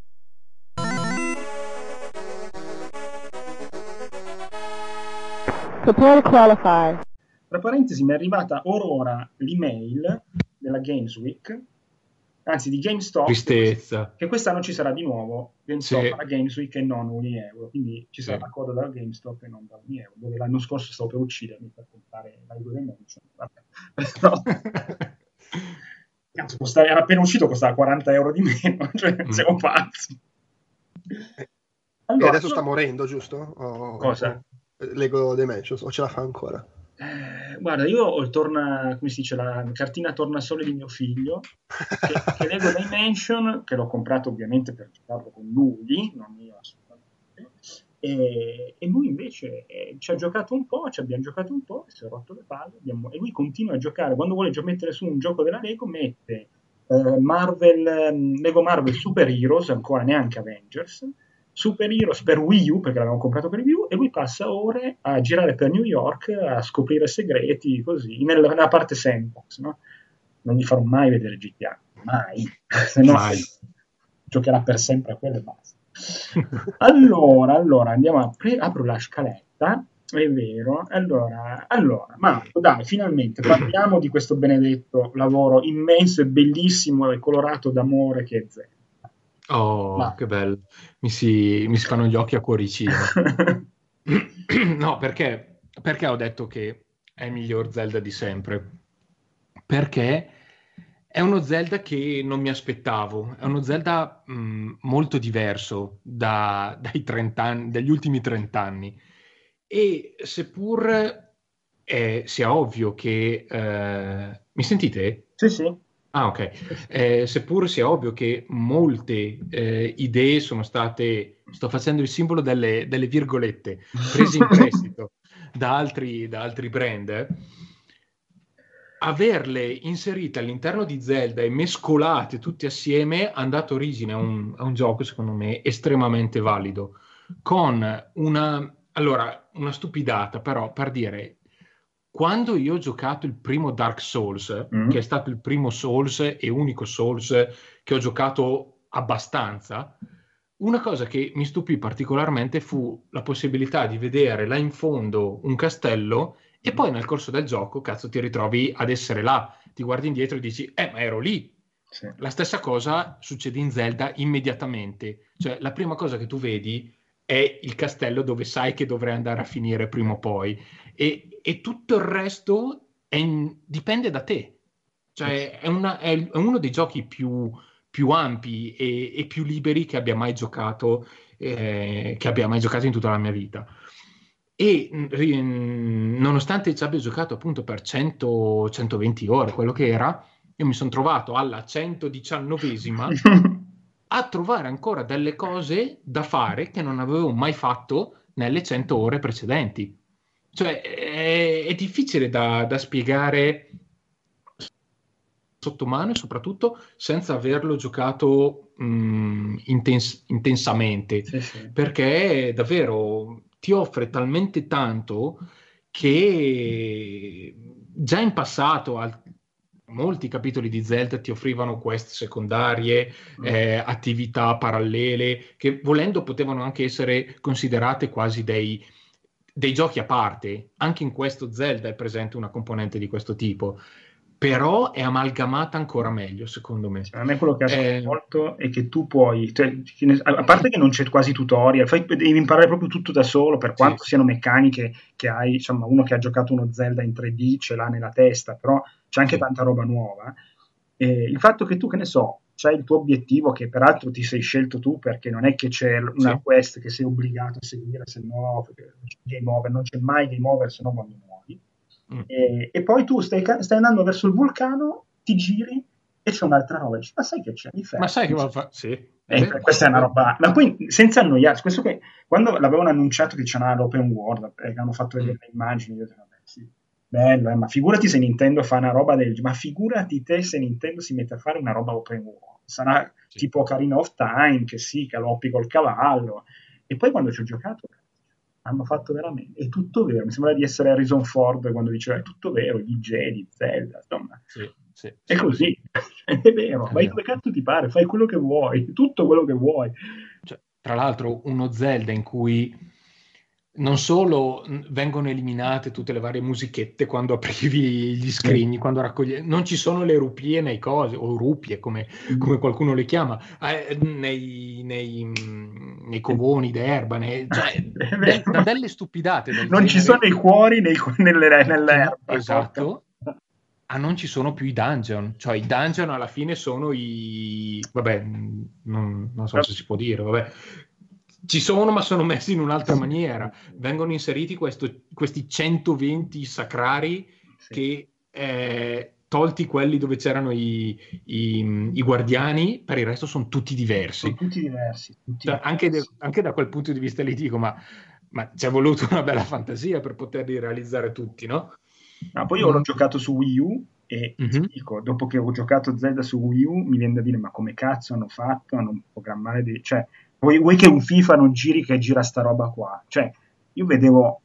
Prepare to qualify. Tra parentesi mi è arrivata ora l'email della Games Week, anzi di GameStop, Tristezza. che quest'anno ci sarà di nuovo GameStop Sì. alla Games Week e non €1, quindi ci sarà la coda da GameStop e non da €1, dove l'anno scorso stavo per uccidermi per comprare Lego Dimension. Cazzo, era appena uscito, costava €40 di meno, cioè siamo pazzi. Allora, e adesso sta morendo, giusto? Cosa? Lego Dimensions, o ce la fa ancora? Guarda, io ho come si dice, la cartina tornasole di mio figlio, che Lego Dimension, che l'ho comprato ovviamente per giocarlo con lui, non io assolutamente, e lui invece ci ha giocato un po', ci abbiamo giocato un po', si è rotto le palle, e lui continua a giocare, quando vuole mettere su un gioco della Lego, mette Lego Marvel Super Heroes, ancora neanche Avengers, Super Heroes per Wii U, perché l'avevamo comprato per Wii U, e lui passa ore a girare per New York a scoprire segreti, così, nella parte sandbox, no? Non gli farò mai vedere GTA, mai, se no giocherà per sempre a quello e basta. Allora andiamo apro la scaletta, è vero, allora Marco, dai, finalmente parliamo di questo benedetto lavoro immenso e bellissimo e colorato d'amore che è Zelda. Oh, che bello. Mi si fanno gli occhi a cuoricino. No, perché ho detto che è il miglior Zelda di sempre? Perché è uno Zelda che non mi aspettavo. È uno Zelda molto diverso dagli ultimi 30 anni. E seppur sia ovvio che... mi sentite? Sì. Ah, ok. Seppur sia ovvio che molte idee sono state, sto facendo il simbolo delle virgolette, prese in prestito da altri brand, averle inserite all'interno di Zelda e mescolate tutte assieme ha dato origine a un gioco, secondo me, estremamente valido, con una stupidata, però, per dire... Quando io ho giocato il primo Dark Souls, che è stato il primo Souls e unico Souls che ho giocato abbastanza, una cosa che mi stupì particolarmente fu la possibilità di vedere là in fondo un castello e poi nel corso del gioco, cazzo, ti ritrovi ad essere là, ti guardi indietro e dici, ma ero lì. Sì. La stessa cosa succede in Zelda immediatamente. Cioè, la prima cosa che tu vedi è il castello dove sai che dovrai andare a finire prima o poi. E tutto il resto dipende da te. Cioè, è uno dei giochi più ampi e più liberi che abbia mai giocato in tutta la mia vita. E nonostante ci abbia giocato appunto per 100-120 ore, quello che era, io mi sono trovato alla 119esima a trovare ancora delle cose da fare che non avevo mai fatto nelle 100 ore precedenti. Cioè, è difficile da spiegare sotto mano e soprattutto senza averlo giocato intensamente, Sì. perché davvero ti offre talmente tanto che già in passato molti capitoli di Zelda ti offrivano quest secondarie, attività parallele, che volendo potevano anche essere considerate quasi dei giochi a parte. Anche in questo Zelda è presente una componente di questo tipo, però è amalgamata ancora meglio, secondo me. A me quello che ha sconvolto è che tu puoi, cioè, a parte che non c'è quasi tutorial, devi imparare proprio tutto da solo, per quanto siano meccaniche che hai, insomma, uno che ha giocato uno Zelda in 3D ce l'ha nella testa, però c'è anche tanta roba nuova. Il fatto che tu, che ne so, c'hai il tuo obiettivo, che peraltro ti sei scelto tu, perché non è che c'è una quest che sei obbligato a seguire, se no game over, non c'è mai game over, se no quando muori. E poi tu stai andando verso il vulcano, ti giri e c'è un'altra roba, dici, ma sai che c'è? Ma sai che va a fare? Sì. Questa è una roba, ma poi senza annoiarsi, questo che quando l'avevano annunciato che c'era l'open world, perché hanno fatto vedere le immagini, io ho detto, vabbè, sì, bello, ma figurati se Nintendo fa una roba ma figurati te se Nintendo si mette a fare una roba open world, sarà tipo Ocarina of Time, che sì, galoppi col cavallo, e poi quando ci ho giocato hanno fatto veramente, è tutto vero, mi sembra di essere Harrison Ford quando diceva è tutto vero, gli Jedi, Zelda, insomma, è così, è vero, vai dove cazzo ti pare, fai quello che vuoi, tutto quello che vuoi. Cioè, tra l'altro uno Zelda in cui non solo vengono eliminate tutte le varie musichette quando aprivi gli scrigni, quando raccogli, non ci sono le rupie nei cosi, o rupie come qualcuno le chiama, nei covoni d'erba, da delle stupidate del non genere, ci sono i cuori nell'erba. Esatto. Non ci sono più i dungeon, cioè i dungeon alla fine sono vabbè, non so se si può dire, vabbè. Ci sono, ma sono messi in un'altra maniera. Vengono inseriti questi 120 sacrari che, tolti quelli dove c'erano i guardiani, per il resto sono tutti diversi. Sono tutti diversi. Anche da quel punto di vista lì dico, ma ci è voluto una bella fantasia per poterli realizzare tutti, no? Poi io l'ho giocato su Wii U e ti dico, dopo che ho giocato Zelda su Wii U, mi viene da dire, ma come cazzo hanno fatto a non programmare cioè, vuoi che un FIFA non giri che gira sta roba qua? Cioè, io vedevo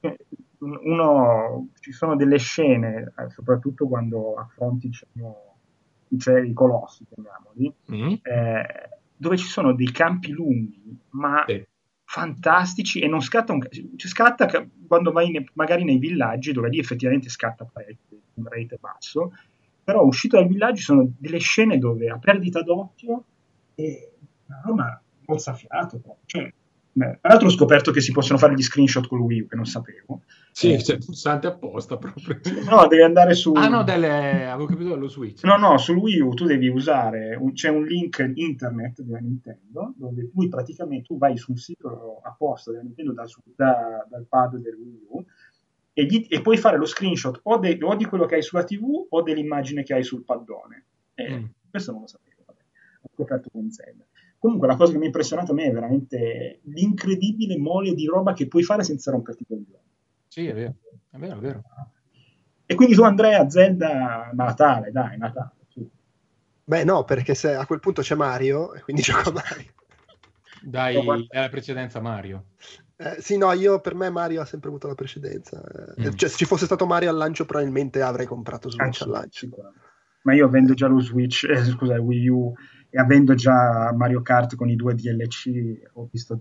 ci sono delle scene, soprattutto quando affronti i colossi, chiamiamoli, dove ci sono dei campi lunghi, ma fantastici, e non scatta scatta quando vai magari nei villaggi, dove lì effettivamente scatta parecchio, un rate basso, però uscito dal villaggio sono delle scene dove a perdita d'occhio e una roba mozzafiato, cioè, tra l'altro ho scoperto che si possono fare gli screenshot con Wii U, che non sapevo. Sì, c'è il pulsante apposta proprio. No, devi andare su... avevo capito dallo Switch. No, sul Wii U tu devi usare, c'è un link internet della Nintendo, dove tu vai su un sito apposta della Nintendo dal pad del Wii U, e puoi fare lo screenshot o di quello che hai sulla TV o dell'immagine che hai sul paddone. Questo non lo sapevo, vabbè. Ho scoperto con Zelda. Comunque la cosa che mi ha impressionato a me è veramente l'incredibile mole di roba che puoi fare senza romperti i coglioni. Sì, è vero. E quindi tu, Andrea, Zelda Natale, dai, Natale. Sì. Beh no, perché se a quel punto c'è Mario, e quindi gioco a Mario. Dai, è la precedenza Mario. Sì, no, per me Mario ha sempre avuto la precedenza. Cioè, se ci fosse stato Mario al lancio probabilmente avrei comprato Switch al lancio. Ma io avendo già lo Switch, scusa, Wii U, e avendo già Mario Kart con i 2 DLC ho visto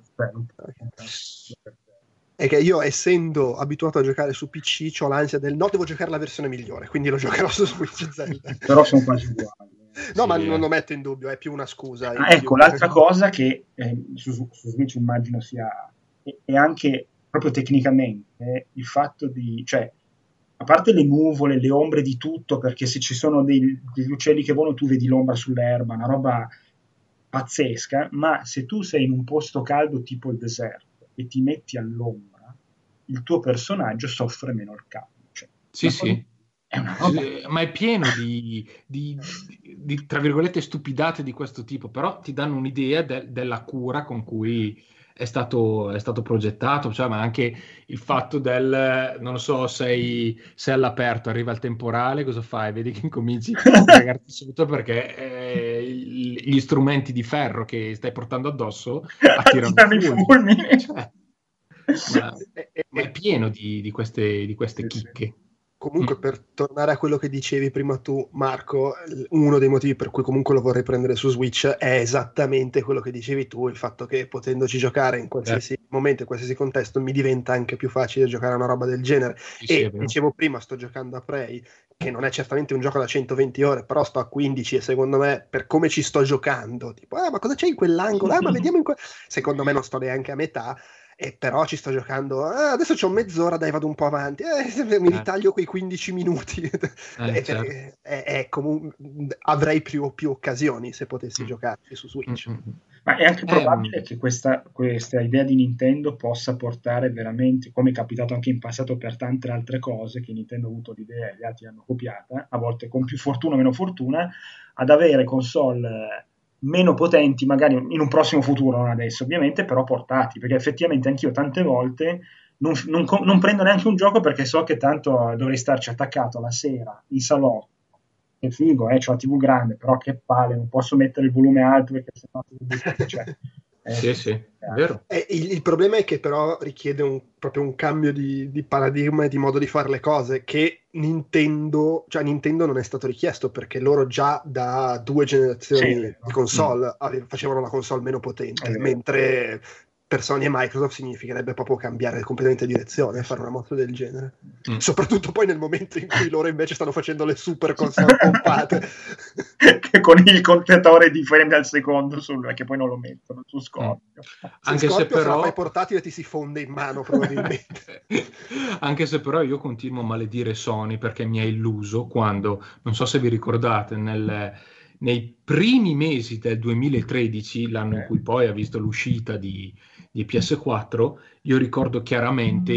è che io, essendo abituato a giocare su PC, ho l'ansia del no, devo giocare la versione migliore, quindi lo giocherò su Switch Zelda. Però sono quasi uguali. No, ma non lo metto in dubbio, è più una scusa. Ecco, l'altra cosa che su Switch immagino sia, e anche proprio tecnicamente, il fatto di, cioè, a parte le nuvole, le ombre di tutto, perché se ci sono degli uccelli che volano tu vedi l'ombra sull'erba, una roba pazzesca, ma se tu sei in un posto caldo tipo il deserto e ti metti all'ombra, il tuo personaggio soffre meno il caldo. Cioè, sì. È una roba. Ma è pieno di tra virgolette stupidate di questo tipo, però ti danno un'idea della cura con cui è stato progettato, cioè, ma anche il fatto non lo so, sei all'aperto, arriva il temporale, cosa fai? Vedi che incominci a cagarti sotto perché gli strumenti di ferro che stai portando addosso attirano i fulmini. Cioè, ma è pieno di queste chicche. Comunque, per tornare a quello che dicevi prima tu, Marco, uno dei motivi per cui comunque lo vorrei prendere su Switch è esattamente quello che dicevi tu, il fatto che potendoci giocare in qualsiasi momento, in qualsiasi contesto, mi diventa anche più facile giocare a una roba del genere. E dicevo prima, sto giocando a Prey, che non è certamente un gioco da 120 ore, però sto a 15 e secondo me, per come ci sto giocando, tipo, ma cosa c'è in quell'angolo? Ma vediamo secondo me non sto neanche a metà. E però ci sto giocando, adesso c'ho mezz'ora, dai, vado un po' avanti, mi ritaglio quei 15 minuti. Certo. Avrei più occasioni se potessi giocarci su Switch. Ma è anche probabile che questa idea di Nintendo possa portare veramente, come è capitato anche in passato per tante altre cose, che Nintendo ha avuto l'idea e gli altri hanno copiata, a volte con più fortuna o meno fortuna, ad avere console meno potenti, magari in un prossimo futuro, non adesso ovviamente, però portati, perché effettivamente anch'io tante volte non prendo neanche un gioco perché so che tanto dovrei starci attaccato la sera in salotto, che figo, c'ho la TV grande, però che palle, non posso mettere il volume alto perché sennò cioè, sì, è vero. Il problema è che però richiede proprio un cambio di paradigma e di modo di fare le cose che Nintendo non è stato richiesto, perché loro già da 2 generazioni di console facevano la console meno potente, mentre per Sony e Microsoft significherebbe proprio cambiare completamente direzione, fare una mossa del genere. Soprattutto poi nel momento in cui loro invece stanno facendo le super console pompate con il contatore di frame al secondo che poi non lo mettono su Scorpio. Anche se però se fai portatile ti si fonde in mano probabilmente. Anche se però io continuo a maledire Sony perché mi ha illuso quando, non so se vi ricordate, nei primi mesi del 2013, l'anno in cui poi ha visto l'uscita di PS4, io ricordo chiaramente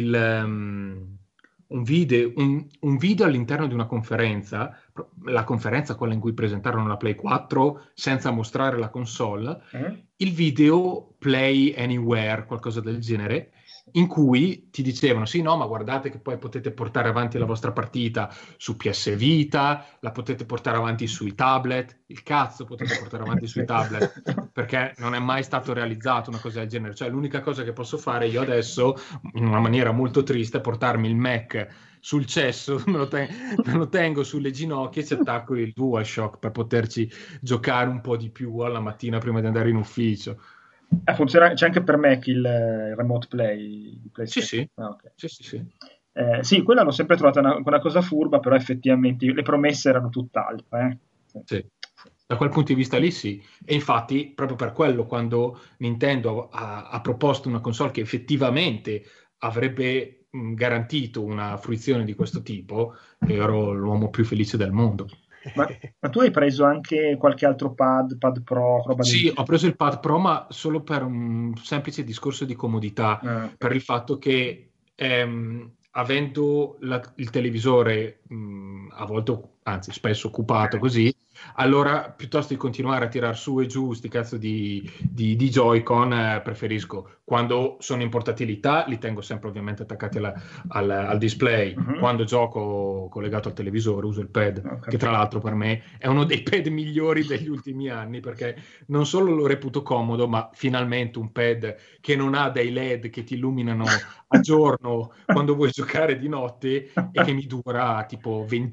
un video all'interno di una conferenza, la conferenza quella in cui presentarono la Play 4 senza mostrare la console, il video Play Anywhere, qualcosa del genere, in cui ti dicevano sì, no, ma guardate che poi potete portare avanti la vostra partita su PS Vita, la potete portare avanti sui tablet, il cazzo potete portare avanti sui tablet, perché non è mai stato realizzato una cosa del genere. Cioè l'unica cosa che posso fare io adesso, in una maniera molto triste, è portarmi il Mac sul cesso, me lo tengo sulle ginocchia e ci attacco il DualShock per poterci giocare un po' di più alla mattina prima di andare in ufficio. Funziona, c'è anche per Mac il Remote Play? Sì. Okay. Sì. Sì, quella l'ho sempre trovata una cosa furba, però effettivamente le promesse erano tutt'altre. Sì. Da quel punto di vista lì sì, e infatti proprio per quello quando Nintendo ha proposto una console che effettivamente avrebbe garantito una fruizione di questo tipo, ero l'uomo più felice del mondo. Ma tu hai preso anche qualche altro pad Pro? Sì, ho preso il pad Pro, ma solo per un semplice discorso di comodità, per il fatto che avendo il televisore a volte, anzi spesso occupato così, allora piuttosto di continuare a tirar su e giù sti cazzo di Joy-Con, preferisco quando sono in portatilità li tengo sempre ovviamente attaccati al display. Quando gioco collegato al televisore uso il pad, che tra l'altro per me è uno dei pad migliori degli ultimi anni, perché non solo lo reputo comodo, ma finalmente un pad che non ha dei LED che ti illuminano a giorno quando vuoi giocare di notte e che mi dura tipo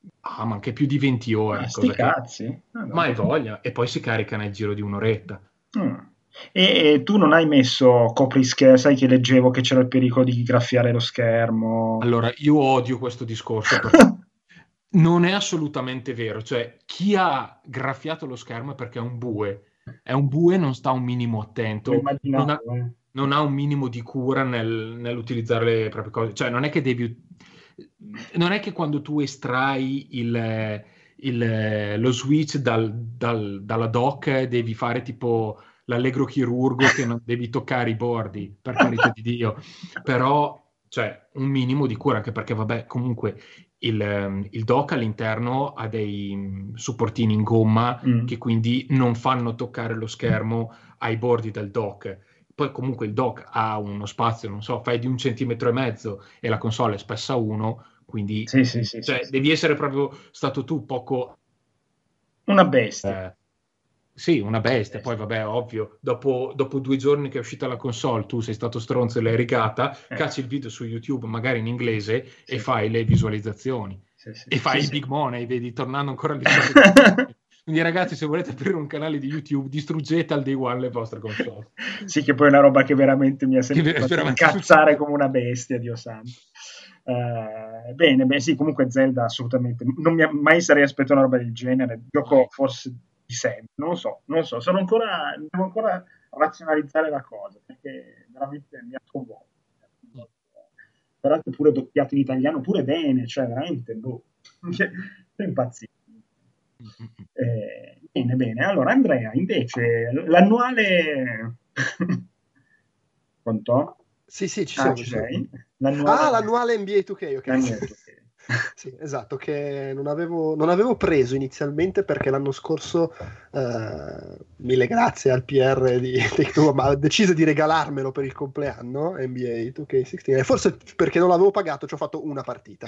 ma anche più di 20 ore. Sti cazzi. Ma hai voglia, e poi si carica nel giro di un'oretta. E tu non hai messo coprischermo, sai che leggevo che c'era il pericolo di graffiare lo schermo. Allora, io odio questo discorso perché non è assolutamente vero, cioè chi ha graffiato lo schermo è perché è un bue, non sta un minimo attento, non ha un minimo di cura nell'utilizzare le proprie cose, cioè non è che quando tu estrai lo switch dalla dock devi fare tipo l'allegro chirurgo che non devi toccare i bordi, per carità di Dio, però cioè un minimo di cura, anche perché vabbè comunque il dock all'interno ha dei supportini in gomma che quindi non fanno toccare lo schermo ai bordi del dock. Poi comunque il dock ha uno spazio, non so, fai di 1,5 cm e la console è spessa 1, quindi devi essere proprio stato tu poco... Una bestia. Sì, una bestia. Poi vabbè, ovvio, dopo 2 giorni che è uscita la console, tu sei stato stronzo e l'hai rigata, cacci il video su YouTube, magari in inglese, e fai le visualizzazioni. E fai i big money, vedi, tornando ancora alle Quindi ragazzi, se volete aprire un canale di YouTube, distruggete al day one le vostre console. Sì, che poi è una roba che veramente mi ha sempre fatto incazzare come una bestia, Dio santo. Bene, sì, comunque Zelda assolutamente, non mi mai sarei aspettato una roba del genere, gioco forse di sempre, non lo so, devo ancora razionalizzare la cosa, perché veramente mi ha sconvolto. Peraltro pure doppiato in italiano, pure bene, cioè veramente, sono impazzito. Bene, allora Andrea, invece, l'annuale... Pronto? Sì, ci siamo. Ci sei? L'annuale NBA 2K, ok. NBA 2K. Sì, esatto, che non avevo preso inizialmente perché l'anno scorso, mille grazie al PR di Take-Two, ma ha deciso di regalarmelo per il compleanno, NBA 2K16, e forse perché non l'avevo pagato ci ho fatto una partita.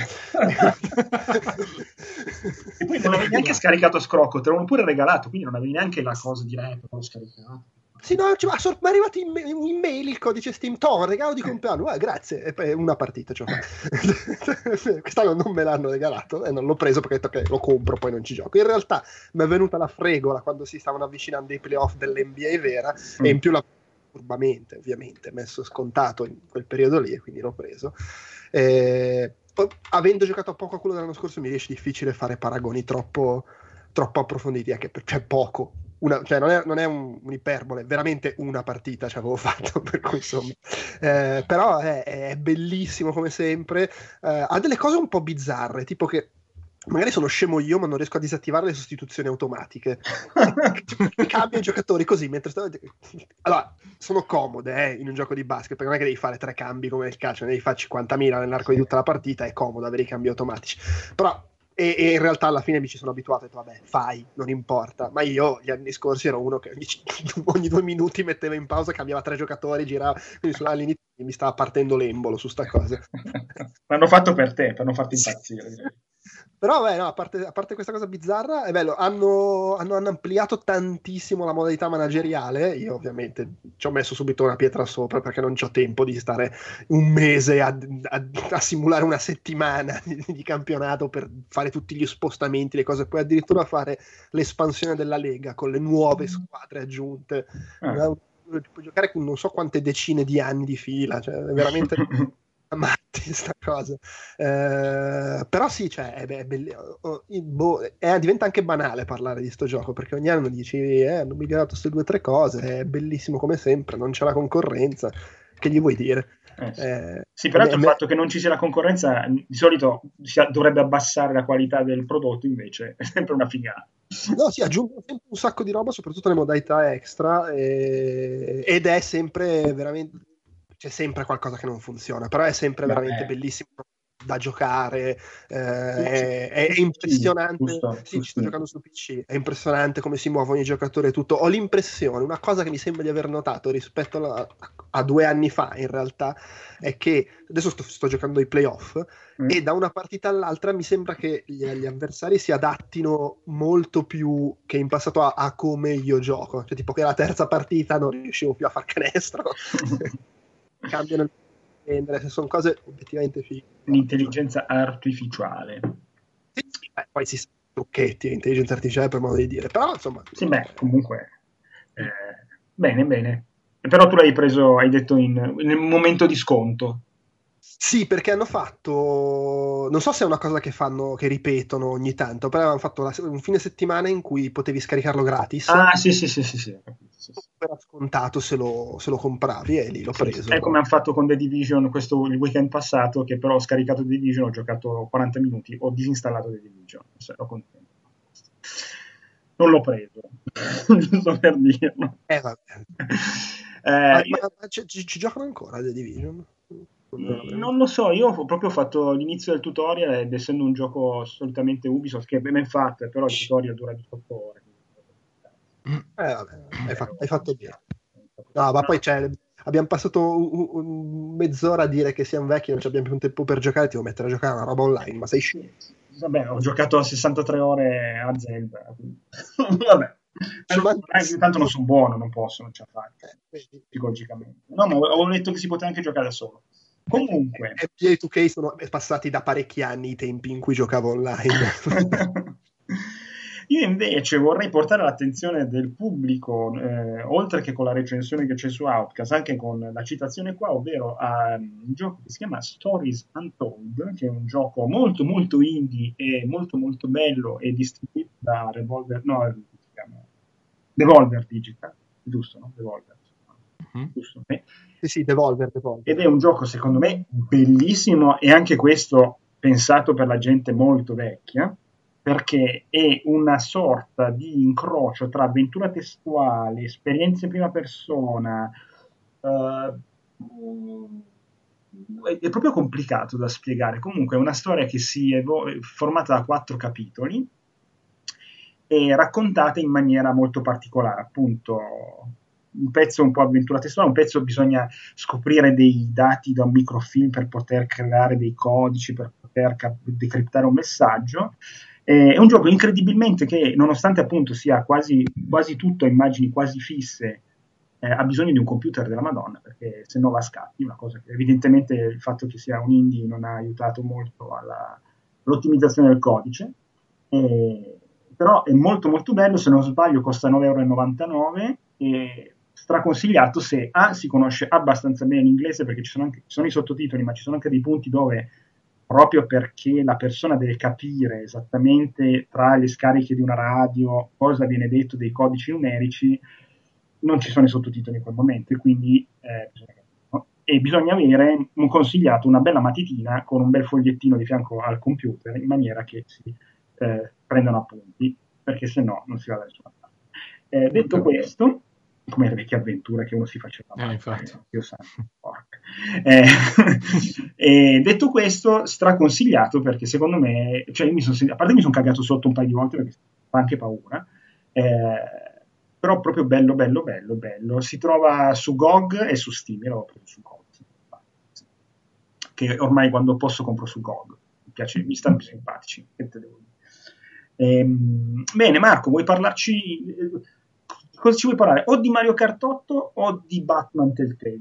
E poi non avevi neanche scaricato Scrocco, te l'hanno pure regalato, quindi non avevi neanche la cosa diretta, l'ho scaricato. Sì, no, mi è arrivato in mail il codice Steam, regalo di compleanno, grazie, e poi una partita ci ho fatto. Quest'anno non me l'hanno regalato e non l'ho preso perché ho detto che lo compro, poi non ci gioco. In realtà mi è venuta la fregola quando si stavano avvicinando i playoff dell'NBA vera, e in più urbamente, ovviamente, messo scontato in quel periodo lì, e quindi l'ho preso. Poi, avendo giocato a poco a quello dell'anno scorso, mi riesce difficile fare paragoni troppo approfonditi, anche c'è poco. Cioè non è un'iperbole, veramente una partita ci avevo fatto, per cui insomma, però è bellissimo come sempre. Ha delle cose un po' bizzarre, tipo che magari sono scemo io, ma non riesco a disattivare le sostituzioni automatiche. Cambio i giocatori così mentre allora sono comode in un gioco di basket, perché non è che devi fare 3 cambi come nel calcio, ne devi fare 50.000 nell'arco di tutta la partita, è comodo avere i cambi automatici, però e in realtà alla fine mi ci sono abituato e ho detto vabbè, fai, non importa. Ma io gli anni scorsi ero uno che ogni 2 minuti metteva in pausa, cambiava 3 giocatori, girava, quindi all'inizio mi stava partendo l'embolo su sta cosa. L'hanno fatto per te, per non farti impazzire. Però no, a parte questa cosa bizzarra, è bello, hanno ampliato tantissimo la modalità manageriale. Io ovviamente ci ho messo subito una pietra sopra perché non c'ho tempo di stare un mese a simulare una settimana di campionato per fare tutti gli spostamenti, le cose, poi addirittura fare l'espansione della Lega con le nuove squadre aggiunte. Puoi giocare con non so quante decine di anni di fila, cioè è veramente... matti sta cosa, però sì, cioè diventa anche banale parlare di sto gioco, perché ogni anno dici hanno migliorato queste 2 o 3 cose, è bellissimo come sempre, non c'è la concorrenza, che gli vuoi dire? Sì, peraltro il fatto che non ci sia la concorrenza di solito dovrebbe abbassare la qualità del prodotto, invece è sempre una figata. No, sì, aggiungono sempre un sacco di roba, soprattutto nelle modalità extra, ed è sempre veramente, c'è sempre qualcosa che non funziona, però è sempre veramente bellissimo da giocare, è impressionante. Giusto. Ci sto giocando su PC, è impressionante come si muovono i giocatori e tutto. Ho l'impressione, una cosa che mi sembra di aver notato rispetto a 2 anni fa in realtà, è che adesso sto giocando i playoff e da una partita all'altra mi sembra che gli avversari si adattino molto più che in passato a come io gioco, cioè tipo che la terza partita non riuscivo più a far canestro. Cambiano il prendere, se sono cose obiettivamente fighe. L'intelligenza artificiale. Sì, Poi si sa trucchetti, intelligenza artificiale per modo di dire, però insomma... Sì, beh, comunque... bene. Però tu l'hai preso, hai detto, nel momento di sconto. Sì, perché hanno fatto, non so se è una cosa che fanno, che ripetono ogni tanto, però hanno fatto un fine settimana in cui potevi scaricarlo gratis. Ah, sì. Era scontato se lo compravi e lì l'ho preso. È come hanno fatto con The Division il weekend passato, che però ho scaricato The Division, ho giocato 40 minuti, ho disinstallato The Division, ero contento. Non l'ho preso, giusto per dirlo. Vabbè. Ma ci giocano ancora The Division? Non lo so, io ho proprio fatto l'inizio del tutorial ed essendo un gioco assolutamente Ubisoft, che è ben fatto, però il tutorial dura 18 ore. Vabbè, hai fatto bene. No, ma poi abbiamo passato mezz'ora a dire che siamo vecchi, non abbiamo più un tempo per giocare, ti devo mettere a giocare una roba online, ma sei scemo. Vabbè, ho giocato 63 ore a Zelda. Vabbè. Tanto non sono buono, non posso, non ce la faccio psicologicamente. No, ma avevo detto che si poteva anche giocare da solo. Comunque NBA 2K sono passati da parecchi anni i tempi in cui giocavo online. Io invece vorrei portare l'attenzione del pubblico, oltre che con la recensione che c'è su Outcast, anche con la citazione qua, ovvero a un gioco che si chiama Stories Untold, che è un gioco molto molto indie e molto molto bello e distribuito da Devolver Digital, giusto, no? Devolver. Giusto, Sì, Devolver. Ed è un gioco secondo me bellissimo e anche questo pensato per la gente molto vecchia, perché è una sorta di incrocio tra avventura testuale, esperienze in prima persona, è proprio complicato da spiegare. Comunque è una storia che è formata da 4 capitoli e raccontate in maniera molto particolare, appunto un pezzo un po' avventura testuale, un pezzo bisogna scoprire dei dati da un microfilm per poter creare dei codici, per poter decriptare un messaggio. È un gioco incredibilmente che, nonostante appunto sia quasi tutto a immagini quasi fisse, ha bisogno di un computer della Madonna, perché se no va a scatti, una cosa che evidentemente il fatto che sia un indie non ha aiutato molto all'ottimizzazione del codice. Però è molto molto bello, se non sbaglio costa 9,99 € e straconsigliato se si conosce abbastanza bene l'inglese, perché ci sono i sottotitoli, ma ci sono anche dei punti dove, proprio perché la persona deve capire esattamente tra le scariche di una radio cosa viene detto dei codici numerici, non ci sono i sottotitoli in quel momento, e quindi bisogna avere un consigliato, una bella matitina con un bel fogliettino di fianco al computer, in maniera che si prendano appunti, perché se no non si va da nessuna parte. Detto questo, come le vecchie avventure che uno si faceva infatti. Dio santo, porca. Detto questo, straconsigliato, perché secondo me, cioè a parte mi sono cagato sotto un paio di volte perché fa anche paura, però proprio bello. Si trova su GOG e su Steam. Io l'avevo preso su GOG, che ormai quando posso compro su GOG. Mi stanno più simpatici, che te devo dire. Bene, Marco, vuoi parlarci? Cosa ci vuoi parlare? O di Mario Kart 8 o di Batman Telltale?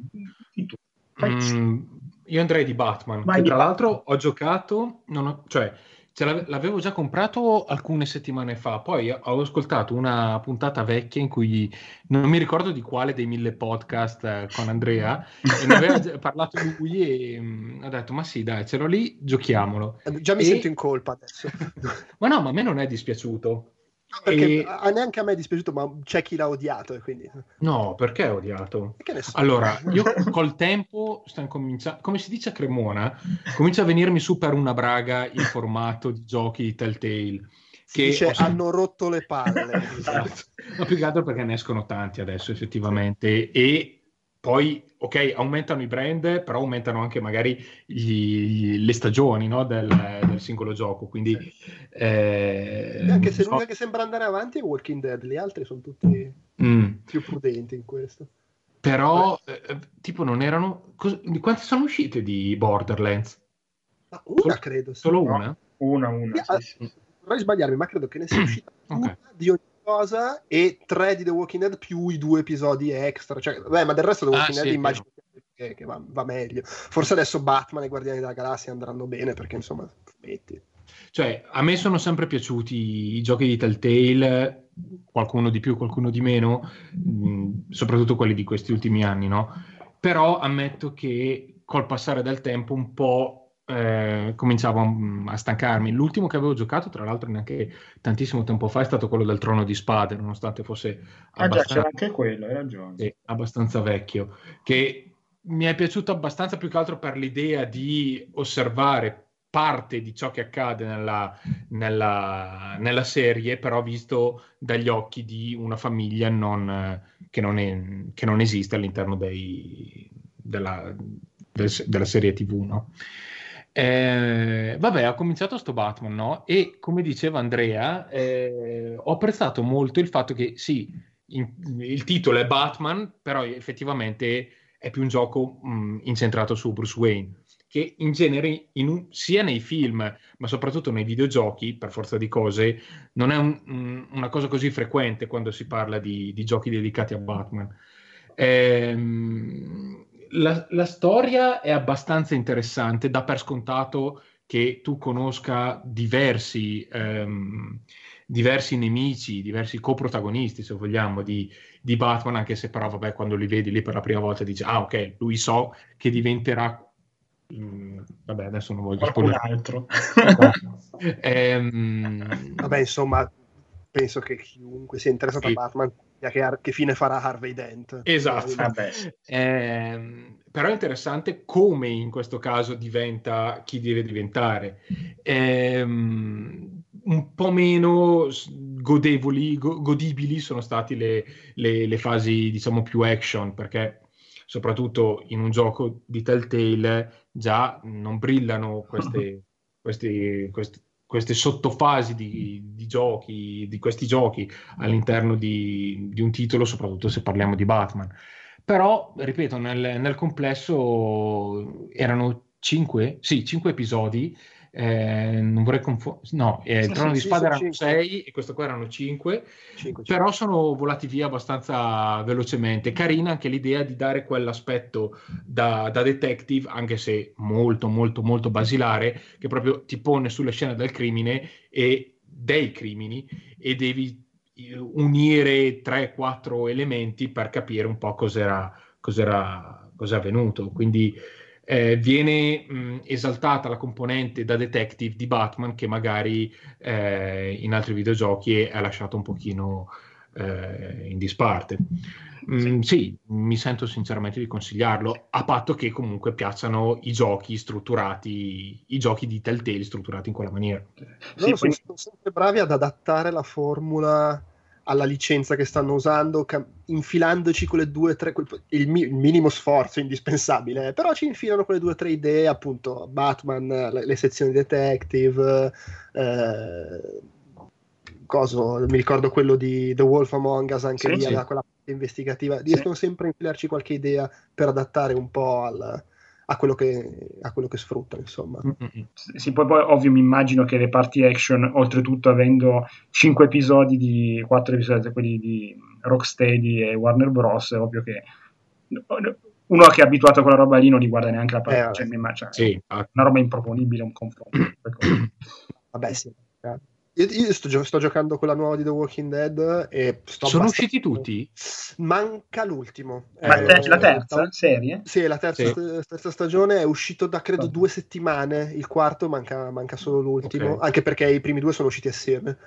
Io andrei di Batman, che tra l'altro ho giocato, l'avevo già comprato alcune settimane fa, poi ho ascoltato una puntata vecchia in cui non mi ricordo di quale dei 1000 podcast con Andrea, e ne aveva parlato lui e ho detto ma sì dai, ce l'ho lì, giochiamolo. Già mi sento in colpa adesso. Ma no, ma a me non è dispiaciuto. Perché neanche a me è dispiaciuto, ma c'è chi l'ha odiato e quindi... No, perché è odiato? So. Allora, io col tempo sto cominciando, come si dice a Cremona, comincia a venirmi su per una braga il formato di giochi di Telltale. Hanno rotto le palle. Esatto. Ma più che altro perché ne escono tanti adesso effettivamente, e poi ok, aumentano i brand, però aumentano anche magari le stagioni, no, del singolo gioco, quindi anche se l'unica che sembra andare avanti è Walking Dead, gli altri sono tutti più prudenti in questo. Però tipo non erano quante sono uscite di Borderlands? Una credo solo una? Una sì. Vorrei sbagliarmi, ma credo che ne sia uscita una di ogni cosa e 3 di The Walking Dead più i 2 episodi extra, ma del resto The Walking Dead immagino che va meglio. Forse adesso Batman e Guardiani della Galassia andranno bene perché insomma metti. Cioè, a me sono sempre piaciuti i giochi di Telltale, qualcuno di più, qualcuno di meno, soprattutto quelli di questi ultimi anni, no? Però ammetto che col passare del tempo un po' cominciavo a stancarmi. L'ultimo che avevo giocato, tra l'altro, neanche tantissimo tempo fa, è stato quello del Trono di Spade, nonostante fosse Ah già, c'era abbastanza, anche quello, hai ragione. sì, abbastanza vecchio, che mi è piaciuto abbastanza più che altro per l'idea di osservare parte di ciò che accade nella serie, però visto dagli occhi di una famiglia che non esiste all'interno della serie TV, no? Vabbè, ho cominciato sto Batman, no? E come diceva Andrea, ho apprezzato molto il fatto che sì, il titolo è Batman, però effettivamente è più un gioco incentrato su Bruce Wayne, che in genere sia nei film, ma soprattutto nei videogiochi, per forza di cose, non è una cosa così frequente quando si parla di giochi dedicati a Batman. La storia è abbastanza interessante, dà per scontato che tu conosca diversi nemici, diversi coprotagonisti, se vogliamo, di Batman, anche se però, vabbè, quando li vedi lì per la prima volta dici, ah, ok, lui so che diventerà... vabbè, adesso non voglio Qualcun spoilerare. altro. Vabbè, insomma, penso che chiunque sia interessato sì. a Batman che fine farà Harvey Dent. Esatto. Vabbè. Però è interessante come in questo caso diventa chi deve diventare. Un po' meno godibili sono stati le fasi, diciamo, più action, perché soprattutto in un gioco di Telltale già non brillano queste sottofasi di giochi, di questi giochi all'interno di un titolo, soprattutto se parliamo di Batman. Però, ripeto, nel complesso erano 5 episodi. Non vorrei confondere. No, il Trono di Spade erano 6 e questo qua erano 5. Però sono volati via abbastanza velocemente. Carina anche l'idea di dare quell'aspetto da detective, anche se molto, molto, molto basilare, che proprio ti pone sulle scene del crimine e dei crimini e devi unire 3-4 elementi per capire un po' cos'era avvenuto. Quindi viene esaltata la componente da detective di Batman che magari in altri videogiochi è lasciato un pochino in disparte. Sì, mi sento sinceramente di consigliarlo, a patto che comunque piacciono i giochi strutturati, i giochi di Telltale strutturati in quella maniera. Loro sono sempre bravi ad adattare la formula alla licenza che stanno usando, infilandoci quelle 2-3, il minimo sforzo indispensabile, però ci infilano quelle 2-3 idee, appunto, Batman, le sezioni detective, mi ricordo quello di The Wolf Among Us, anche lì aveva quella parte investigativa, riescono sempre a infilarci qualche idea per adattare un po' a quello che sfrutta, insomma. Sì, poi ovvio mi immagino che le parti action, oltretutto avendo 4 episodi quelli di Rocksteady e Warner Bros, è ovvio che uno che è abituato a quella roba lì non li guarda neanche la parte, sì, una roba improponibile, un confronto. Vabbè, sì. Io sto giocando quella nuova di The Walking Dead e sono usciti tutti? Manca l'ultimo. Ma la terza serie? Sì, la terza stagione è uscito da credo 2 settimane, il quarto manca solo l'ultimo, anche perché i primi 2 sono usciti assieme.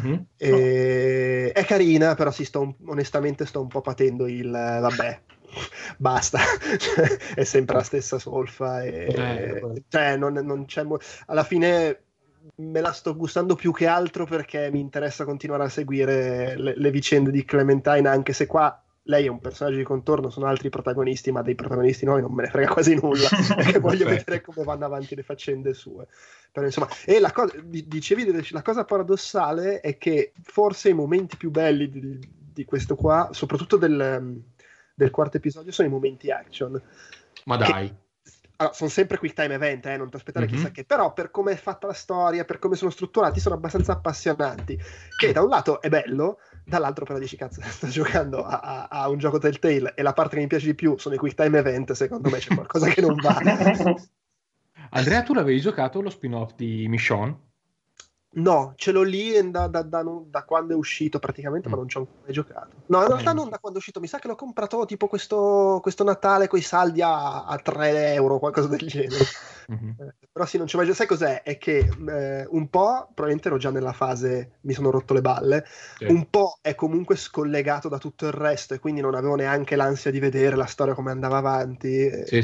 È carina, però onestamente sto un po' patendo il vabbè. Basta, è sempre la stessa solfa cioè non c'è alla fine me la sto gustando più che altro perché mi interessa continuare a seguire le vicende di Clementine, anche se qua lei è un personaggio di contorno, sono altri protagonisti, ma dei protagonisti nuovi non me ne frega quasi nulla, perché voglio vedere come vanno avanti le faccende sue. Però insomma, e dicevi, la cosa paradossale è che forse i momenti più belli di questo qua, soprattutto del quarto episodio, sono i momenti action. Ma dai. Allora, sono sempre quick time event, non ti aspettare chissà che, però per come è fatta la storia, per come sono strutturati, sono abbastanza appassionanti, che da un lato è bello, dall'altro però dici cazzo, sto giocando a un gioco Telltale e la parte che mi piace di più sono i quick time event, secondo me c'è qualcosa che non va. Andrea, tu l'avevi giocato lo spin-off di Michonne? No, ce l'ho lì da quando è uscito praticamente, ma non ci ho ancora mai giocato. No, in realtà non da quando è uscito, mi sa che l'ho comprato tipo questo Natale con i saldi a 3 euro, qualcosa del genere. Però sì, non ci ho mai giocato. Sai cos'è? È che un po' probabilmente ero già nella fase, mi sono rotto le balle, un po' è comunque scollegato da tutto il resto e quindi non avevo neanche l'ansia di vedere la storia come andava avanti. Sì.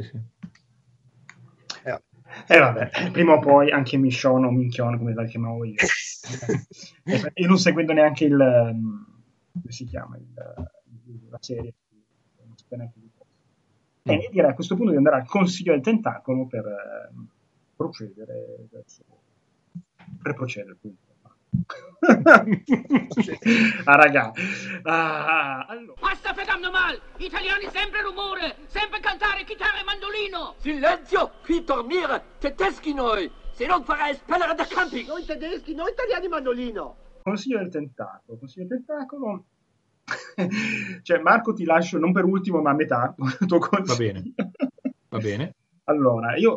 Vabbè, prima o poi anche Michonne o Minchione, come la chiamavo io. E non seguendo neanche come si chiama, la serie. Non so neanche di cosa. E io direi a questo punto di andare al Consiglio del Tentacolo per procedere per procedere, appunto. Raga, allora. Basta verdammt nochmal! Italiani sempre rumore, sempre cantare chitarra e mandolino! Silenzio! Qui dormire! Tedeschi noi! Se non farai spellere da camping! Noi tedeschi, noi italiani mandolino! Consiglio del Tentacolo. Cioè, Marco, ti lascio non per ultimo, ma a metà. Tuo consiglio. Va bene. Allora, io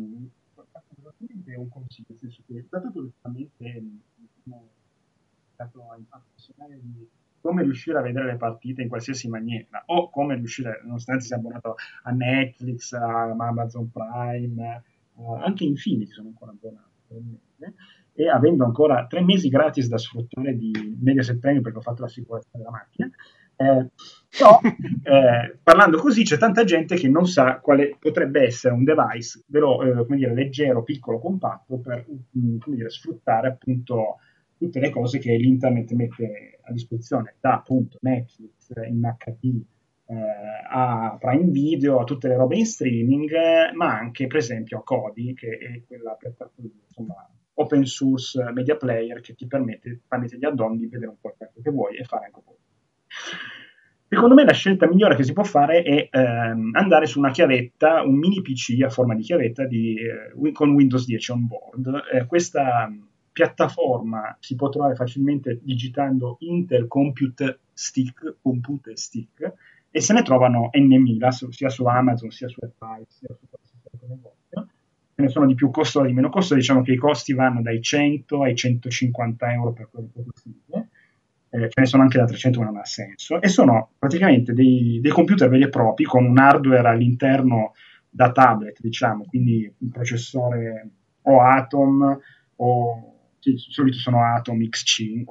un consiglio, nel senso che dato che ultimamente stato appassionato di come riuscire a vedere le partite in qualsiasi maniera, o come riuscire, nonostante sia abbonato a Netflix, a Amazon Prime, anche Infinity sono ancora abbonato per un mese, e avendo ancora 3 mesi gratis da sfruttare di Mediaset Premium perché ho fatto l'assicurazione della macchina, però parlando così c'è tanta gente che non sa quale potrebbe essere un device come dire, leggero, piccolo, compatto per come dire, sfruttare appunto tutte le cose che l'internet mette a disposizione, da appunto Netflix in HD a Prime Video, a tutte le robe in streaming, ma anche per esempio a Kodi, che è quella piattaforma, insomma, open source media player che ti permette tramite gli add-on di vedere un po' quello che vuoi e fare anche un po'. Secondo me la scelta migliore che si può fare è andare su una chiavetta, un mini PC a forma di chiavetta con Windows 10 on board. Questa piattaforma si può trovare facilmente digitando Intel Compute Stick, e se ne trovano n.000 sia su Amazon sia su Apple sia su qualsiasi negozio. Ce ne sono di più costosi, di meno costosi, diciamo che i costi vanno dai 100 ai 150 euro per quello che possibile. Ce ne sono anche da 300, ma non ha senso, e sono praticamente dei computer veri e propri con un hardware all'interno da tablet, diciamo, quindi un processore o Atom o di solito sono Atom X5,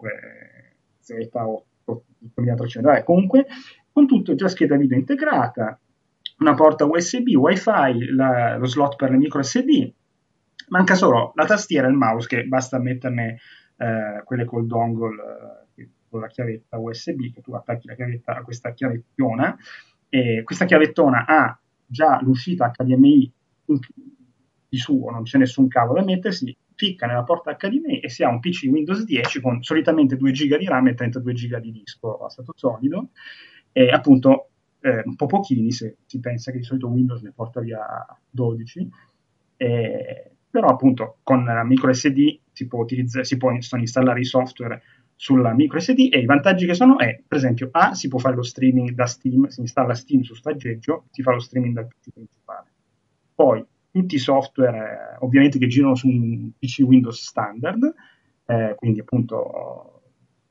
Z8, 2300, comunque con tutto, già scheda video integrata, una porta USB, Wi-Fi, lo slot per le micro SD, manca solo la tastiera e il mouse, che basta metterne quelle col dongle, con la chiavetta USB, che tu attacchi la chiavetta a questa chiavettona, e questa chiavettona ha già l'uscita HDMI di suo, non c'è nessun cavo da mettersi, ficca nella porta HDMI e si ha un PC Windows 10 con solitamente 2 GB di RAM e 32 GB di disco a stato solido, e appunto un po' pochini, se si pensa che di solito Windows ne porta via 12, però appunto con la micro SD si possono installare i software sulla micro SD, e i vantaggi che sono è, per esempio, si può fare lo streaming da Steam, si installa Steam su sto aggeggio, si fa lo streaming dal PC principale. Poi tutti i software ovviamente che girano su un PC Windows standard, quindi appunto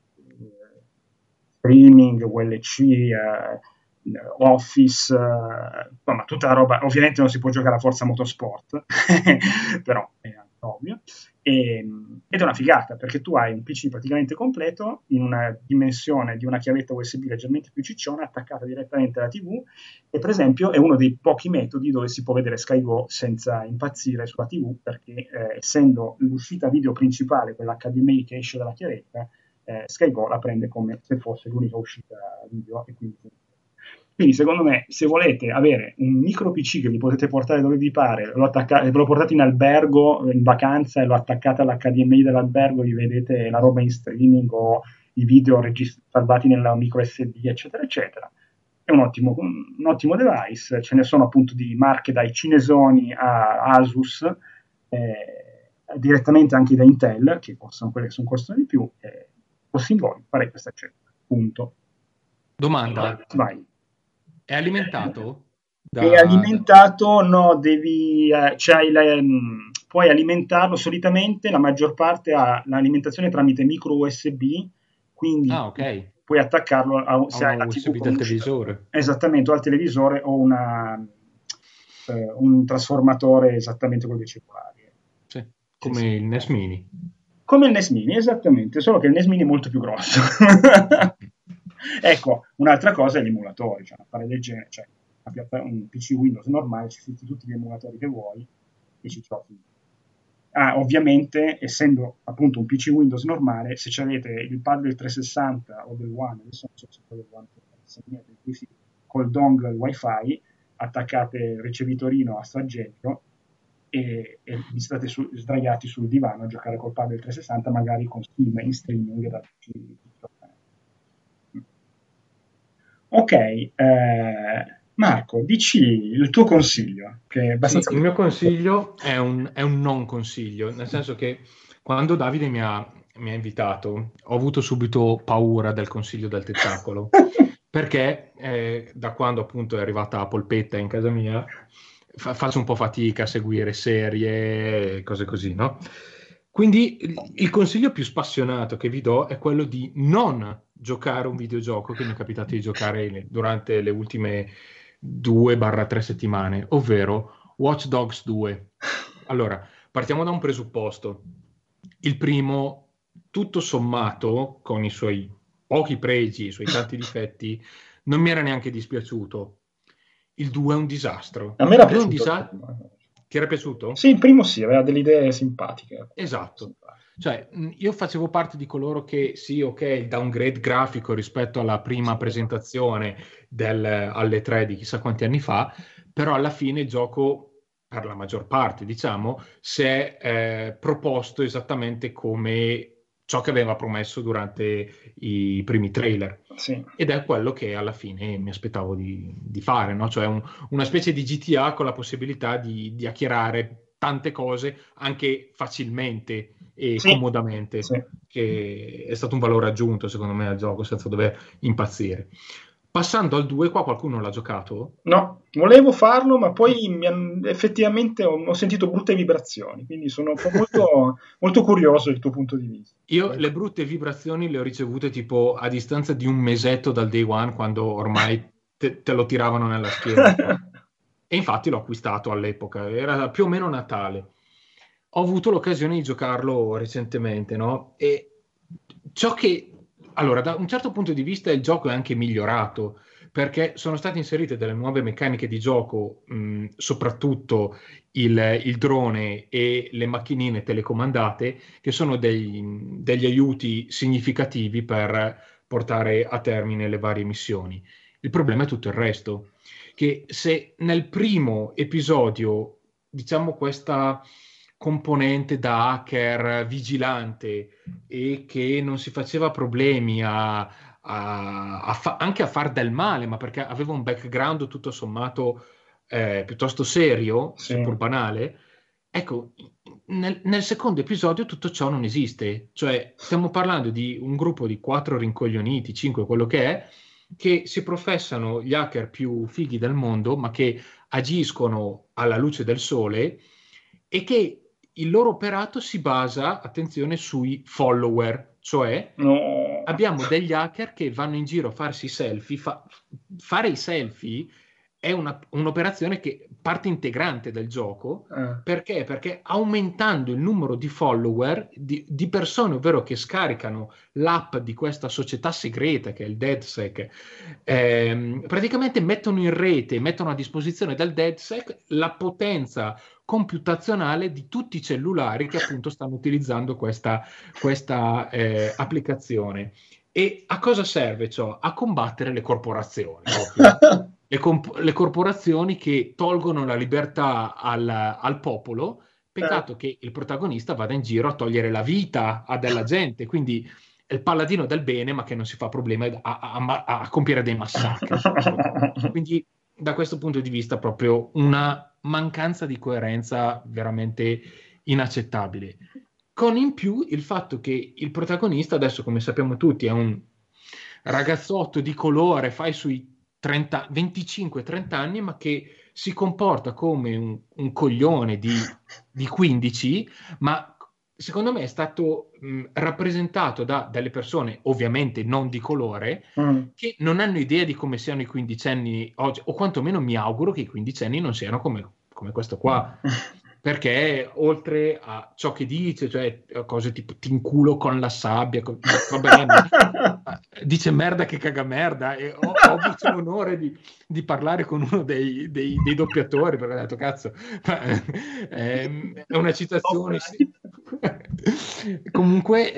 streaming, VLC, Office, insomma tutta la roba. Ovviamente non si può giocare a Forza Motorsport però è ovvio, ed è una figata perché tu hai un PC praticamente completo in una dimensione di una chiavetta USB leggermente più cicciona attaccata direttamente alla TV, e per esempio è uno dei pochi metodi dove si può vedere Sky Go senza impazzire sulla TV, perché essendo l'uscita video principale quella HDMI che esce dalla chiavetta, Sky Go la prende come se fosse l'unica uscita video, e quindi secondo me, se volete avere un micro PC che vi potete portare dove vi pare, ve lo portate in albergo, in vacanza, e lo attaccate all'HDMI dell'albergo, vi vedete la roba in streaming o i video salvati nella micro SD, eccetera, eccetera. È un ottimo device. Ce ne sono appunto di marche dai cinesoni a Asus, direttamente anche da Intel, che costano quelle che costano di più. Fossi in voi, farei questa scelta. Punto. Domanda. Vai. È alimentato? È alimentato, no, c'hai puoi alimentarlo. Solitamente la maggior parte ha l'alimentazione tramite micro USB, quindi ok. puoi attaccarlo se Ha hai una la TV USB con del uscita. televisore. Esattamente, o al televisore o un trasformatore esattamente con dei cellulari. Sì, come il NES Mini. Come il NES Mini, esattamente, solo che il NES Mini è molto più grosso. Ecco, un'altra cosa è gli emulatori, cioè una fare del genere, cioè un PC Windows normale, ci metti tutti gli emulatori che vuoi e ci giochi. Ovviamente, essendo appunto un PC Windows normale, se avete il pad del 360 o del One, adesso non so se quello del One col dongle Wi-Fi, attaccate il ricevitorino a staggetto e vi state sdraiati sul divano a giocare col pad del 360, magari con Steam in streaming da Ok, Marco, dici il tuo consiglio, che è abbastanza... Sì, il mio consiglio è un non consiglio, nel senso che quando Davide mi ha invitato ho avuto subito paura del consiglio del tentacolo, perché da quando appunto è arrivata la polpetta in casa mia faccio un po' fatica a seguire serie e cose così, no? Quindi il consiglio più spassionato che vi do è quello di non giocare un videogioco che mi è capitato di giocare durante le ultime 2-3 settimane, ovvero Watch Dogs 2. Allora, partiamo da un presupposto. Il primo, tutto sommato, con i suoi pochi pregi, i suoi tanti difetti, non mi era neanche dispiaciuto. Il 2 è un disastro. A me era piaciuto. Ti era piaciuto? Sì, il primo sì, aveva delle idee simpatiche. Esatto. Cioè, io facevo parte di coloro che, sì, ok, il downgrade grafico rispetto alla prima presentazione alle 3 di chissà quanti anni fa, però alla fine il gioco, per la maggior parte, diciamo, si è proposto esattamente come ciò che aveva promesso durante i primi trailer. Sì. Ed è quello che alla fine mi aspettavo di fare, no? Cioè una specie di GTA con la possibilità di hackerare tante cose anche facilmente e comodamente, sì. che è stato un valore aggiunto secondo me al gioco senza dover impazzire. Passando al 2, qua qualcuno l'ha giocato? No, volevo farlo, ma poi effettivamente ho sentito brutte vibrazioni, quindi sono molto, molto curioso del tuo punto di vista. Io le brutte vibrazioni le ho ricevute tipo a distanza di un mesetto dal day one, quando ormai te lo tiravano nella schiena. E infatti l'ho acquistato all'epoca, era più o meno Natale. Ho avuto l'occasione di giocarlo recentemente, no? E ciò che... Allora, da un certo punto di vista il gioco è anche migliorato, perché sono state inserite delle nuove meccaniche di gioco, soprattutto il drone e le macchinine telecomandate, che sono degli aiuti significativi per portare a termine le varie missioni. Il problema è tutto il resto, che se nel primo episodio, diciamo, questa componente da hacker vigilante e che non si faceva problemi anche a far del male, ma perché aveva un background tutto sommato piuttosto serio, Sì. seppur banale, ecco, nel secondo episodio tutto ciò non esiste. Cioè, stiamo parlando di un gruppo di 4 rincoglioniti, 5, quello che è, che si professano gli hacker più fighi del mondo, ma che agiscono alla luce del sole e che il loro operato si basa, attenzione, sui follower, cioè abbiamo degli hacker che vanno in giro a farsi selfie. Fare i selfie è un'operazione che parte integrante del gioco. Perché? Perché aumentando il numero di follower, di persone, ovvero che scaricano l'app di questa società segreta che è il DedSec, praticamente mettono in rete, mettono a disposizione del DedSec la potenza computazionale di tutti i cellulari che appunto stanno utilizzando questa applicazione. E a cosa serve ciò? A combattere le corporazioni. Le corporazioni che tolgono la libertà al popolo. Peccato che il protagonista vada in giro a togliere la vita a della gente, quindi è il paladino del bene, ma che non si fa problema a compiere dei massacri. Quindi da questo punto di vista proprio una mancanza di coerenza veramente inaccettabile. Con in più il fatto che il protagonista, adesso come sappiamo tutti, è un ragazzotto di colore, fai sui 25-30 anni, ma che si comporta come un coglione di 15, ma secondo me è stato rappresentato dalle persone, ovviamente non di colore, che non hanno idea di come siano i quindicenni oggi, o quantomeno mi auguro che i quindicenni non siano come questo qua. Perché oltre a ciò che dice, cioè cose tipo ti inculo con la sabbia, vabbè, dice merda che caga merda, e ho avuto l'onore di parlare con uno dei doppiatori, perché ho detto cazzo, è una citazione, sì. Comunque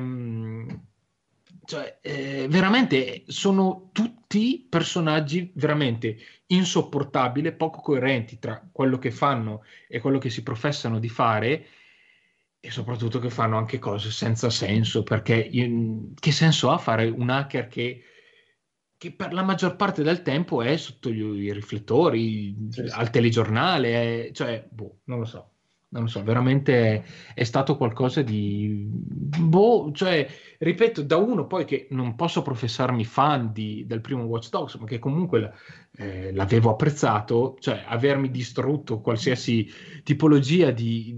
cioè, veramente sono tutti personaggi veramente insopportabili, poco coerenti tra quello che fanno e quello che si professano di fare, e soprattutto che fanno anche cose senza senso, perché che senso ha fare un hacker che per la maggior parte del tempo è sotto i riflettori, al telegiornale, cioè, non lo so, veramente è stato qualcosa di cioè, ripeto, da uno poi che non posso professarmi fan del primo Watch Dogs, ma che comunque l'avevo apprezzato, cioè avermi distrutto qualsiasi tipologia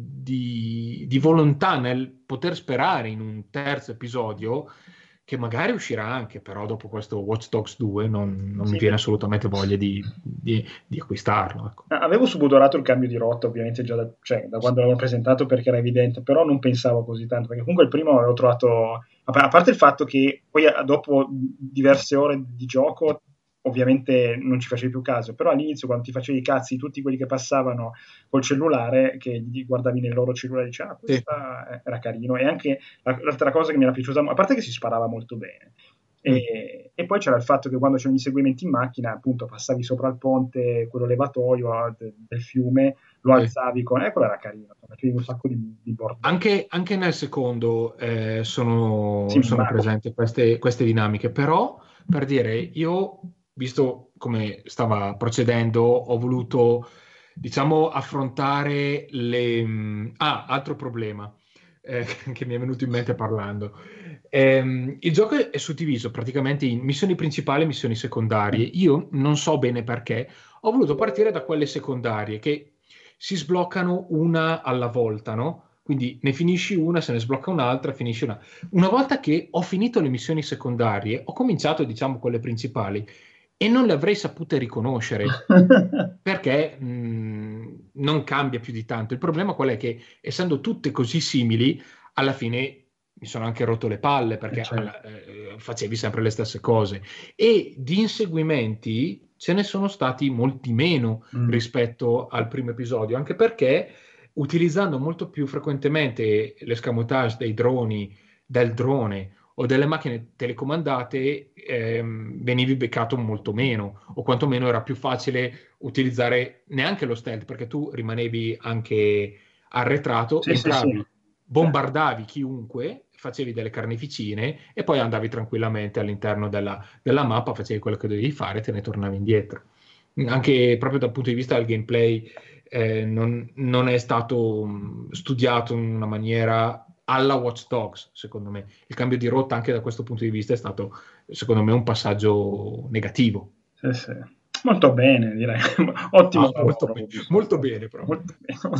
di volontà nel poter sperare in un terzo episodio, che magari uscirà anche, però dopo questo Watch Dogs 2 non mi viene assolutamente voglia di acquistarlo. Ecco. Avevo subodorato il cambio di rotta, ovviamente già da quando l'avevo presentato, perché era evidente, però non pensavo così tanto, perché comunque il primo avevo trovato, a parte il fatto che poi dopo diverse ore di gioco ovviamente non ci facevi più caso, però all'inizio quando ti facevi i cazzi tutti quelli che passavano col cellulare, che gli guardavi nel loro cellulare e dicevi questa era carino, e anche l'altra cosa che mi era piaciuta, a parte che si sparava molto bene, e poi c'era il fatto che quando c'erano gli inseguimenti in macchina, appunto passavi sopra il ponte, quello levatoio del fiume, lo alzavi quello era carino, facevi un sacco di bordello. Anche nel secondo sono presenti queste dinamiche, però per dire, io visto come stava procedendo, ho voluto, diciamo, affrontare altro problema che mi è venuto in mente parlando. Il gioco è suddiviso praticamente in missioni principali e missioni secondarie. Io non so bene perché ho voluto partire da quelle secondarie che si sbloccano una alla volta, no? Quindi ne finisci una, se ne sblocca un'altra, finisci una. Una volta che ho finito le missioni secondarie, ho cominciato, diciamo, quelle principali, e non le avrei sapute riconoscere perché non cambia più di tanto. Il problema qual è? Che essendo tutte così simili, alla fine mi sono anche rotto le palle, perché facevi sempre le stesse cose, e di inseguimenti ce ne sono stati molti meno rispetto al primo episodio, anche perché utilizzando molto più frequentemente l'escamotage del drone o delle macchine telecomandate, venivi beccato molto meno, o quantomeno era più facile utilizzare neanche lo stealth, perché tu rimanevi anche arretrato, entravi, bombardavi chiunque, facevi delle carneficine e poi andavi tranquillamente all'interno della mappa, facevi quello che dovevi fare e te ne tornavi indietro. Anche proprio dal punto di vista del gameplay non è stato studiato in una maniera alla Watch Dogs, secondo me. Il cambio di rotta anche da questo punto di vista è stato, secondo me, un passaggio negativo. Sì. Molto bene, direi. Ottimo. Molto bene, però. Molto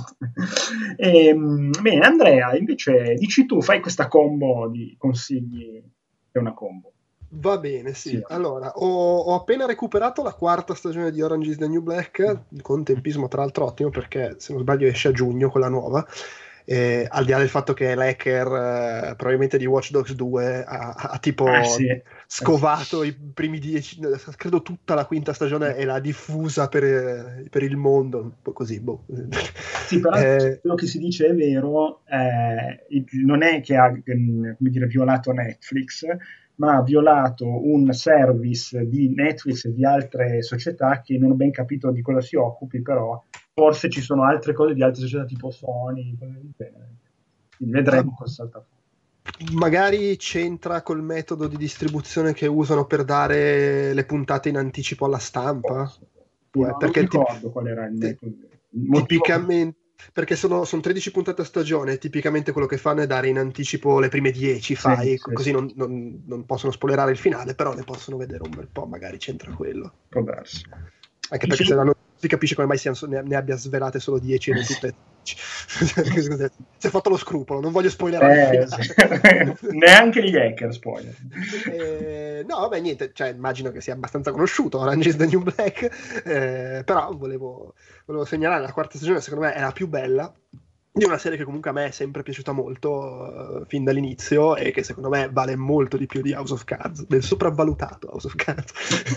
bene. Bene, Andrea, invece dici tu, fai questa combo di consigli, è una combo. Va bene, sì. Allora, ho appena recuperato la quarta stagione di Orange is the New Black, con tempismo tra l'altro ottimo, perché se non sbaglio esce a giugno quella nuova. Al di là del fatto che l'hacker probabilmente di Watch Dogs 2 ha tipo scovato i primi 10, credo tutta la quinta stagione, e l'ha diffusa per il mondo, un po' così. Sì, però quello che si dice è vero, non è che ha violato Netflix, ma ha violato un service di Netflix e di altre società che non ho ben capito di cosa si occupi, però forse ci sono altre cose di altre società tipo Sony, cose del genere. Quindi vedremo cosa salta fuori. Magari c'entra col metodo di distribuzione che usano per dare le puntate in anticipo alla stampa. Perché non ricordo qual era il metodo. Tipicamente, perché sono 13 puntate a stagione, tipicamente quello che fanno è dare in anticipo le prime 10 così non possono spoilerare il finale, però ne possono vedere un bel po', magari c'entra quello. Può darsi. Anche perché se danno si capisce come mai ne abbia svelate solo 10 e non tutte. Si è fatto lo scrupolo, non voglio spoilerare. Sì. Neanche gli hacker spoiler. No, vabbè, niente, cioè, immagino che sia abbastanza conosciuto Orange is the New Black, però volevo segnalare la quarta stagione, secondo me è la più bella di una serie che comunque a me è sempre piaciuta molto fin dall'inizio e che secondo me vale molto di più di House of Cards, del sopravvalutato House of Cards.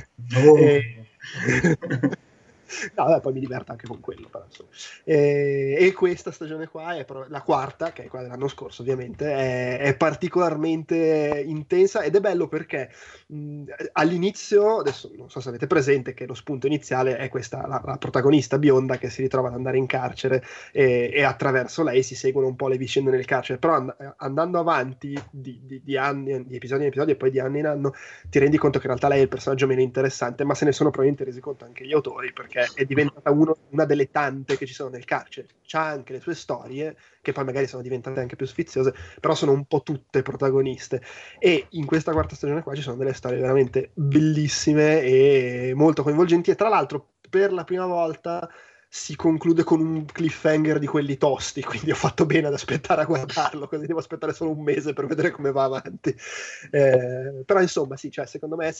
No, vabbè, poi mi diverto anche con quello, però, e questa stagione qua è la quarta, che è quella dell'anno scorso ovviamente, è particolarmente intensa ed è bello perché all'inizio, adesso non so se avete presente che lo spunto iniziale è questa, la protagonista bionda che si ritrova ad andare in carcere e attraverso lei si seguono un po' le vicende nel carcere, però andando avanti di anni, di episodio in episodio e poi di anno in anno ti rendi conto che in realtà lei è il personaggio meno interessante, ma se ne sono probabilmente resi conto anche gli autori, perché è diventata una delle tante che ci sono nel carcere. C'ha anche le sue storie, che poi magari sono diventate anche più sfiziose, però sono un po' tutte protagoniste. E in questa quarta stagione qua ci sono delle storie veramente bellissime e molto coinvolgenti. E tra l'altro, per la prima volta si conclude con un cliffhanger di quelli tosti, quindi ho fatto bene ad aspettare a guardarlo, così devo aspettare solo un mese per vedere come va avanti. Però insomma, sì, cioè, secondo me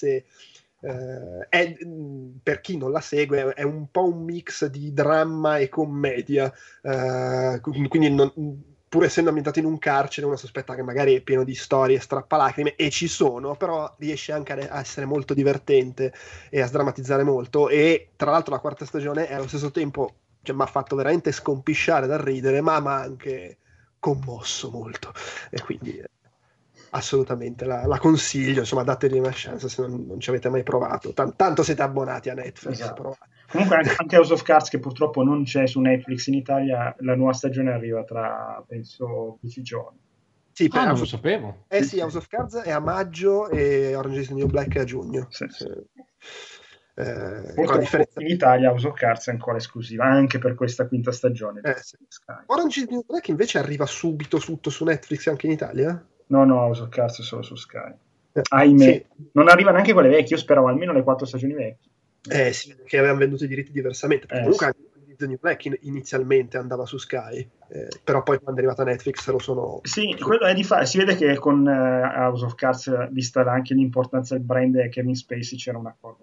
per chi non la segue è un po' un mix di dramma e commedia, quindi pur essendo ambientato in un carcere uno sospetta che magari è pieno di storie strappalacrime, e ci sono, però riesce anche a essere molto divertente e a sdrammatizzare molto. E tra l'altro la quarta stagione è allo stesso tempo, cioè, mi ha fatto veramente scompisciare dal ridere, ma anche commosso molto, e quindi assolutamente la consiglio, insomma, dategli una chance se non ci avete mai provato. Tanto siete abbonati a Netflix. Esatto. Comunque anche House of Cards, che purtroppo non c'è su Netflix in Italia, la nuova stagione arriva tra, penso, 10 giorni. Sì, non lo sapevo. Sì, House of Cards è a maggio e Orange is the New Black è a giugno. Sì. Differenza... In Italia House of Cards è ancora esclusiva anche per questa quinta stagione. Sì. Orange is the New Black invece arriva subito tutto su Netflix anche in Italia? No, House of Cards è solo su Sky. Ahimè, sì. Non arriva neanche quelle vecchie, io speravo almeno le 4 stagioni vecchie. Sì, che avevano venduto i diritti diversamente, perché comunque anche The New Black inizialmente andava su Sky, però poi quando è arrivata Netflix lo sono... Sì, quello è si vede che con House of Cards, vista anche l'importanza del brand e Kevin Spacey, c'era un accordo,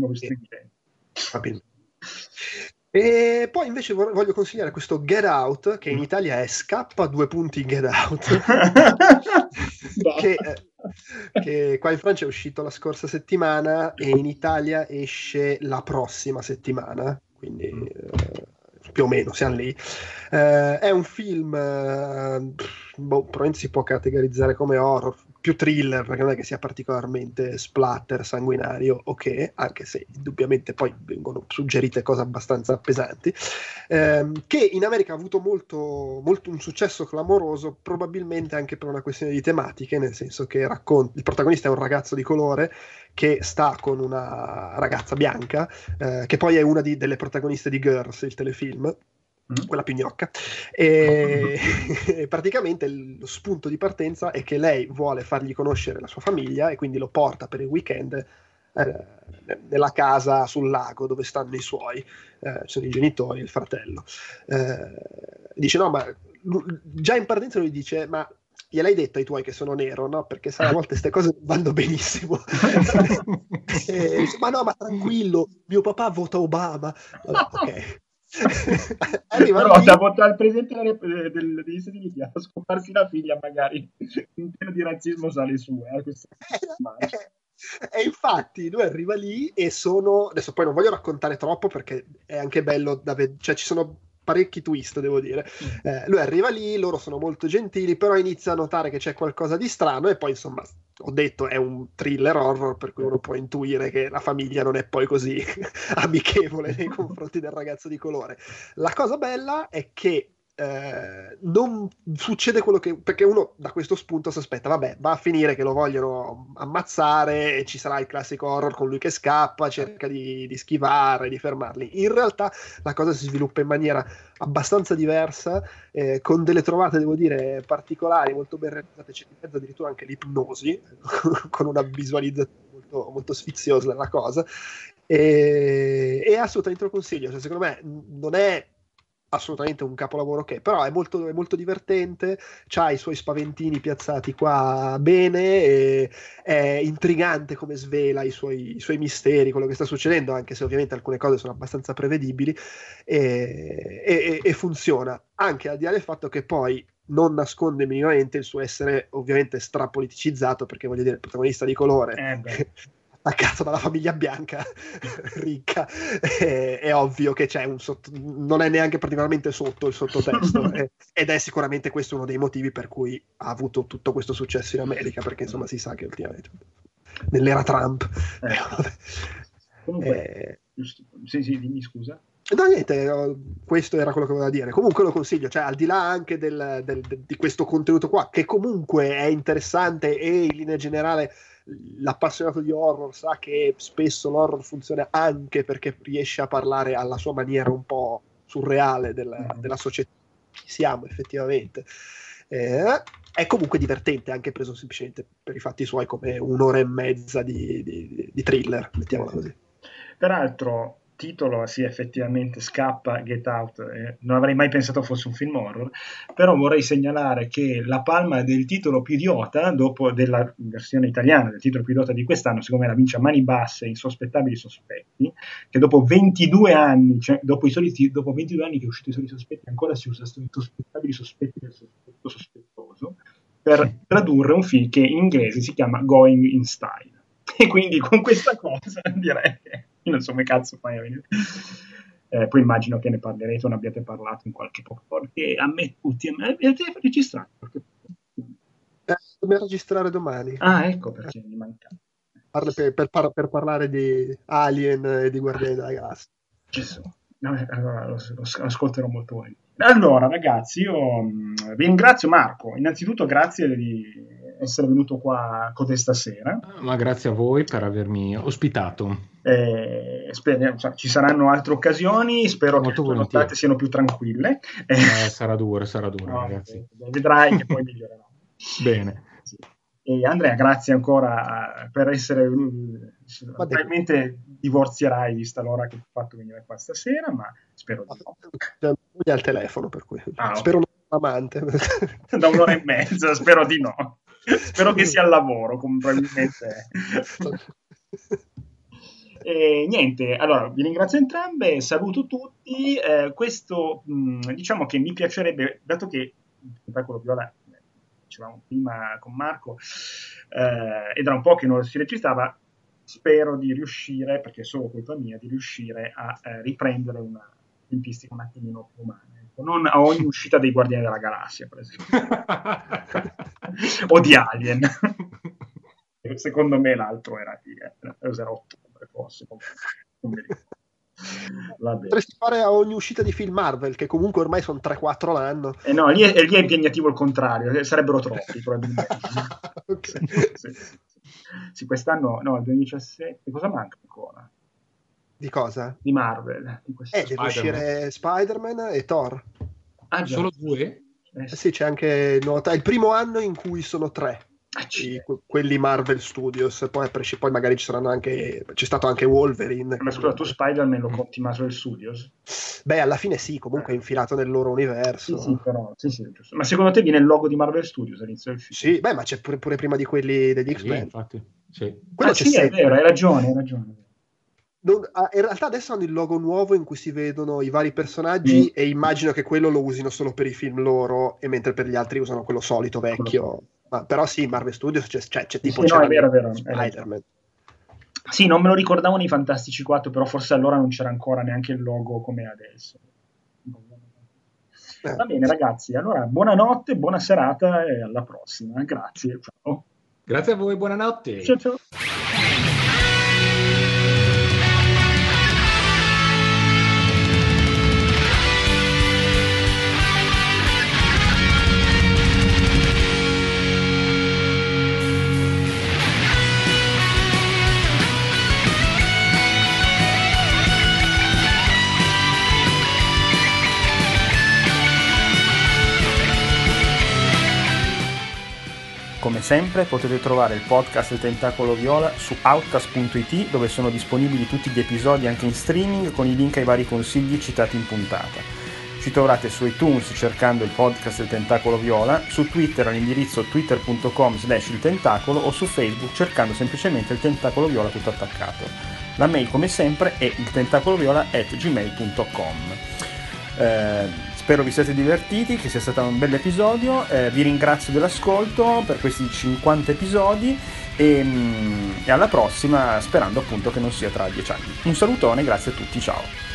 E poi invece voglio consigliare questo Get Out, che in Italia è Scappa Get Out, che qua in Francia è uscito la scorsa settimana e in Italia esce la prossima settimana, quindi più o meno siamo lì. È un film probabilmente si può categorizzare come horror, più thriller, perché non è che sia particolarmente splatter, sanguinario, anche se indubbiamente poi vengono suggerite cose abbastanza pesanti, che in America ha avuto molto un successo clamoroso, probabilmente anche per una questione di tematiche, nel senso che il protagonista è un ragazzo di colore che sta con una ragazza bianca, che poi è una delle protagoniste di Girls, il telefilm, quella più gnocca, e praticamente lo spunto di partenza è che lei vuole fargli conoscere la sua famiglia e quindi lo porta per il weekend nella casa sul lago dove stanno i suoi, sono i genitori e il fratello. Dice no, ma già in partenza lui dice ma gliel'hai detto ai tuoi che sono nero, no? Perché sai, a volte queste cose vanno benissimo. Ma no, ma tranquillo, mio papà vota Obama. Ok. Però da votare il presidente degli Stati Uniti a scoparsi la figlia, magari in tema di razzismo sale su. E infatti lui arriva lì e adesso poi non voglio raccontare troppo perché è anche bello cioè ci sono parecchi twist, devo dire. Lui arriva lì, loro sono molto gentili, però inizia a notare che c'è qualcosa di strano e poi insomma, ho detto, è un thriller horror per cui uno può intuire che la famiglia non è poi così amichevole nei confronti del ragazzo di colore. La cosa bella è che non succede quello che, perché uno da questo spunto si aspetta, vabbè, va a finire che lo vogliono ammazzare e ci sarà il classico horror con lui che scappa, cerca di schivare, di fermarli. In realtà la cosa si sviluppa in maniera abbastanza diversa, con delle trovate, devo dire, particolari, molto ben realizzate. C'è in mezzo addirittura anche l'ipnosi con una visualizzazione molto, molto sfiziosa della cosa, E assolutamente lo consiglio, cioè, secondo me non è assolutamente un capolavoro però è molto divertente, c'ha i suoi spaventini piazzati qua bene, e è intrigante come svela i suoi misteri, quello che sta succedendo, anche se ovviamente alcune cose sono abbastanza prevedibili, e funziona, anche al di là del fatto che poi non nasconde minimamente il suo essere ovviamente strapoliticizzato, perché voglio dire, il protagonista di colore attaccato dalla famiglia bianca ricca, è ovvio che c'è non è neanche particolarmente sotto il sottotesto, ed è sicuramente questo uno dei motivi per cui ha avuto tutto questo successo in America, perché insomma si sa che ultimamente nell'era Trump comunque sì, dimmi scusa. no, niente, questo era quello che volevo dire. Comunque lo consiglio, cioè al di là anche di questo contenuto qua, che comunque è interessante, e in linea generale l'appassionato di horror sa che spesso l'horror funziona anche perché riesce a parlare alla sua maniera un po' surreale della società che siamo effettivamente. È comunque divertente, anche preso semplicemente per i fatti suoi come un'ora e mezza di thriller, mettiamola così. Peraltro, titolo, sì, effettivamente scappa Get Out, non avrei mai pensato fosse un film horror, però vorrei segnalare che la palma del titolo più idiota, dopo della versione italiana del titolo più idiota di quest'anno, secondo me la vince a mani basse Insospettabili Sospetti, che dopo 22 anni, cioè dopo 22 anni che è uscito I Soliti Sospetti, ancora si usa Insospettabili Sospetti del sospetto sospettoso, per tradurre un film che in inglese si chiama Going in Style. E quindi con questa cosa direi che io non so come cazzo fai a venire. Poi immagino che ne parlerete o ne abbiate parlato in qualche podcast, che a me tutti avete registrato dobbiamo registrare domani. Ecco perché mi manca per parlare di Alien e di Guardiani della Galassia. Gesù. Allora, lo ascolterò molto volentieri. Allora ragazzi, io vi ringrazio. Marco, innanzitutto grazie di essere venuto qua con te stasera. Ma grazie a voi per avermi ospitato. Ci saranno altre occasioni, spero che le nottate siano più tranquille. Sarà dura, no, ragazzi. Vedrai che poi migliorerà. Bene. Sì. E Andrea, grazie ancora per essere venuto. Probabilmente divorzierai vista l'ora che ti ho fatto venire qua stasera, ma spero di no. È al telefono, per cui spero non amante. Da un'ora e mezza, spero di no. Spero che sia al lavoro, come probabilmente E niente, allora vi ringrazio entrambe, saluto tutti. Questo diciamo che mi piacerebbe, dato che Tentacolo Viola dicevamo prima con Marco, ed era un po' che non si registrava, spero di riuscire, perché è solo colpa mia, di riuscire a riprendere una tempistica un attimino più umana. Non a ogni uscita dei Guardiani della Galassia, per esempio, o di Alien. Secondo me l'altro era ottobre, forse. Non mi ricordo. Potresti fare a ogni uscita di film Marvel, che comunque ormai sono 3-4 l'anno. No, lì è impegnativo il contrario, sarebbero troppi probabilmente. Okay. Sì, quest'anno, no, il 2017, cosa manca ancora? Di cosa? Di Marvel. Deve uscire Spider-Man e Thor. Solo 2? Sì, c'è anche è il primo anno in cui sono 3. Quelli Marvel Studios, poi magari ci saranno anche, c'è stato anche Wolverine. Ma scusa, tu Spider-Man lo conti Marvel Studios? Beh, alla fine sì, comunque è infilato nel loro universo. Sì, però, sì, giusto. Ma secondo te viene il logo di Marvel Studios all'inizio del film? Sì, beh, ma c'è pure prima di quelli degli X-Men. Infatti, sì. È vero, hai ragione. In realtà adesso hanno il logo nuovo in cui si vedono i vari personaggi e immagino che quello lo usino solo per i film loro, e mentre per gli altri usano quello solito vecchio. Però sì, Marvel Studios c'è tipo è vero. Spider-Man. Sì, non me lo ricordavo nei Fantastici 4, però forse allora non c'era ancora neanche il logo come adesso. Va bene ragazzi, allora buonanotte, buona serata e alla prossima. Grazie, ciao. Grazie a voi, buonanotte. Ciao. Come sempre potete trovare il podcast del Tentacolo Viola su outcast.it, dove sono disponibili tutti gli episodi anche in streaming con i link ai vari consigli citati in puntata. Ci troverete su iTunes cercando il podcast del Tentacolo Viola, su Twitter all'indirizzo twitter.com/iltentacolo o su Facebook cercando semplicemente il Tentacolo Viola tutto attaccato. La mail come sempre è iltentacoloviola@gmail.com. Spero vi siate divertiti, che sia stato un bel episodio, vi ringrazio dell'ascolto per questi 50 episodi e alla prossima, sperando appunto che non sia tra 10 anni. Un salutone, grazie a tutti, ciao!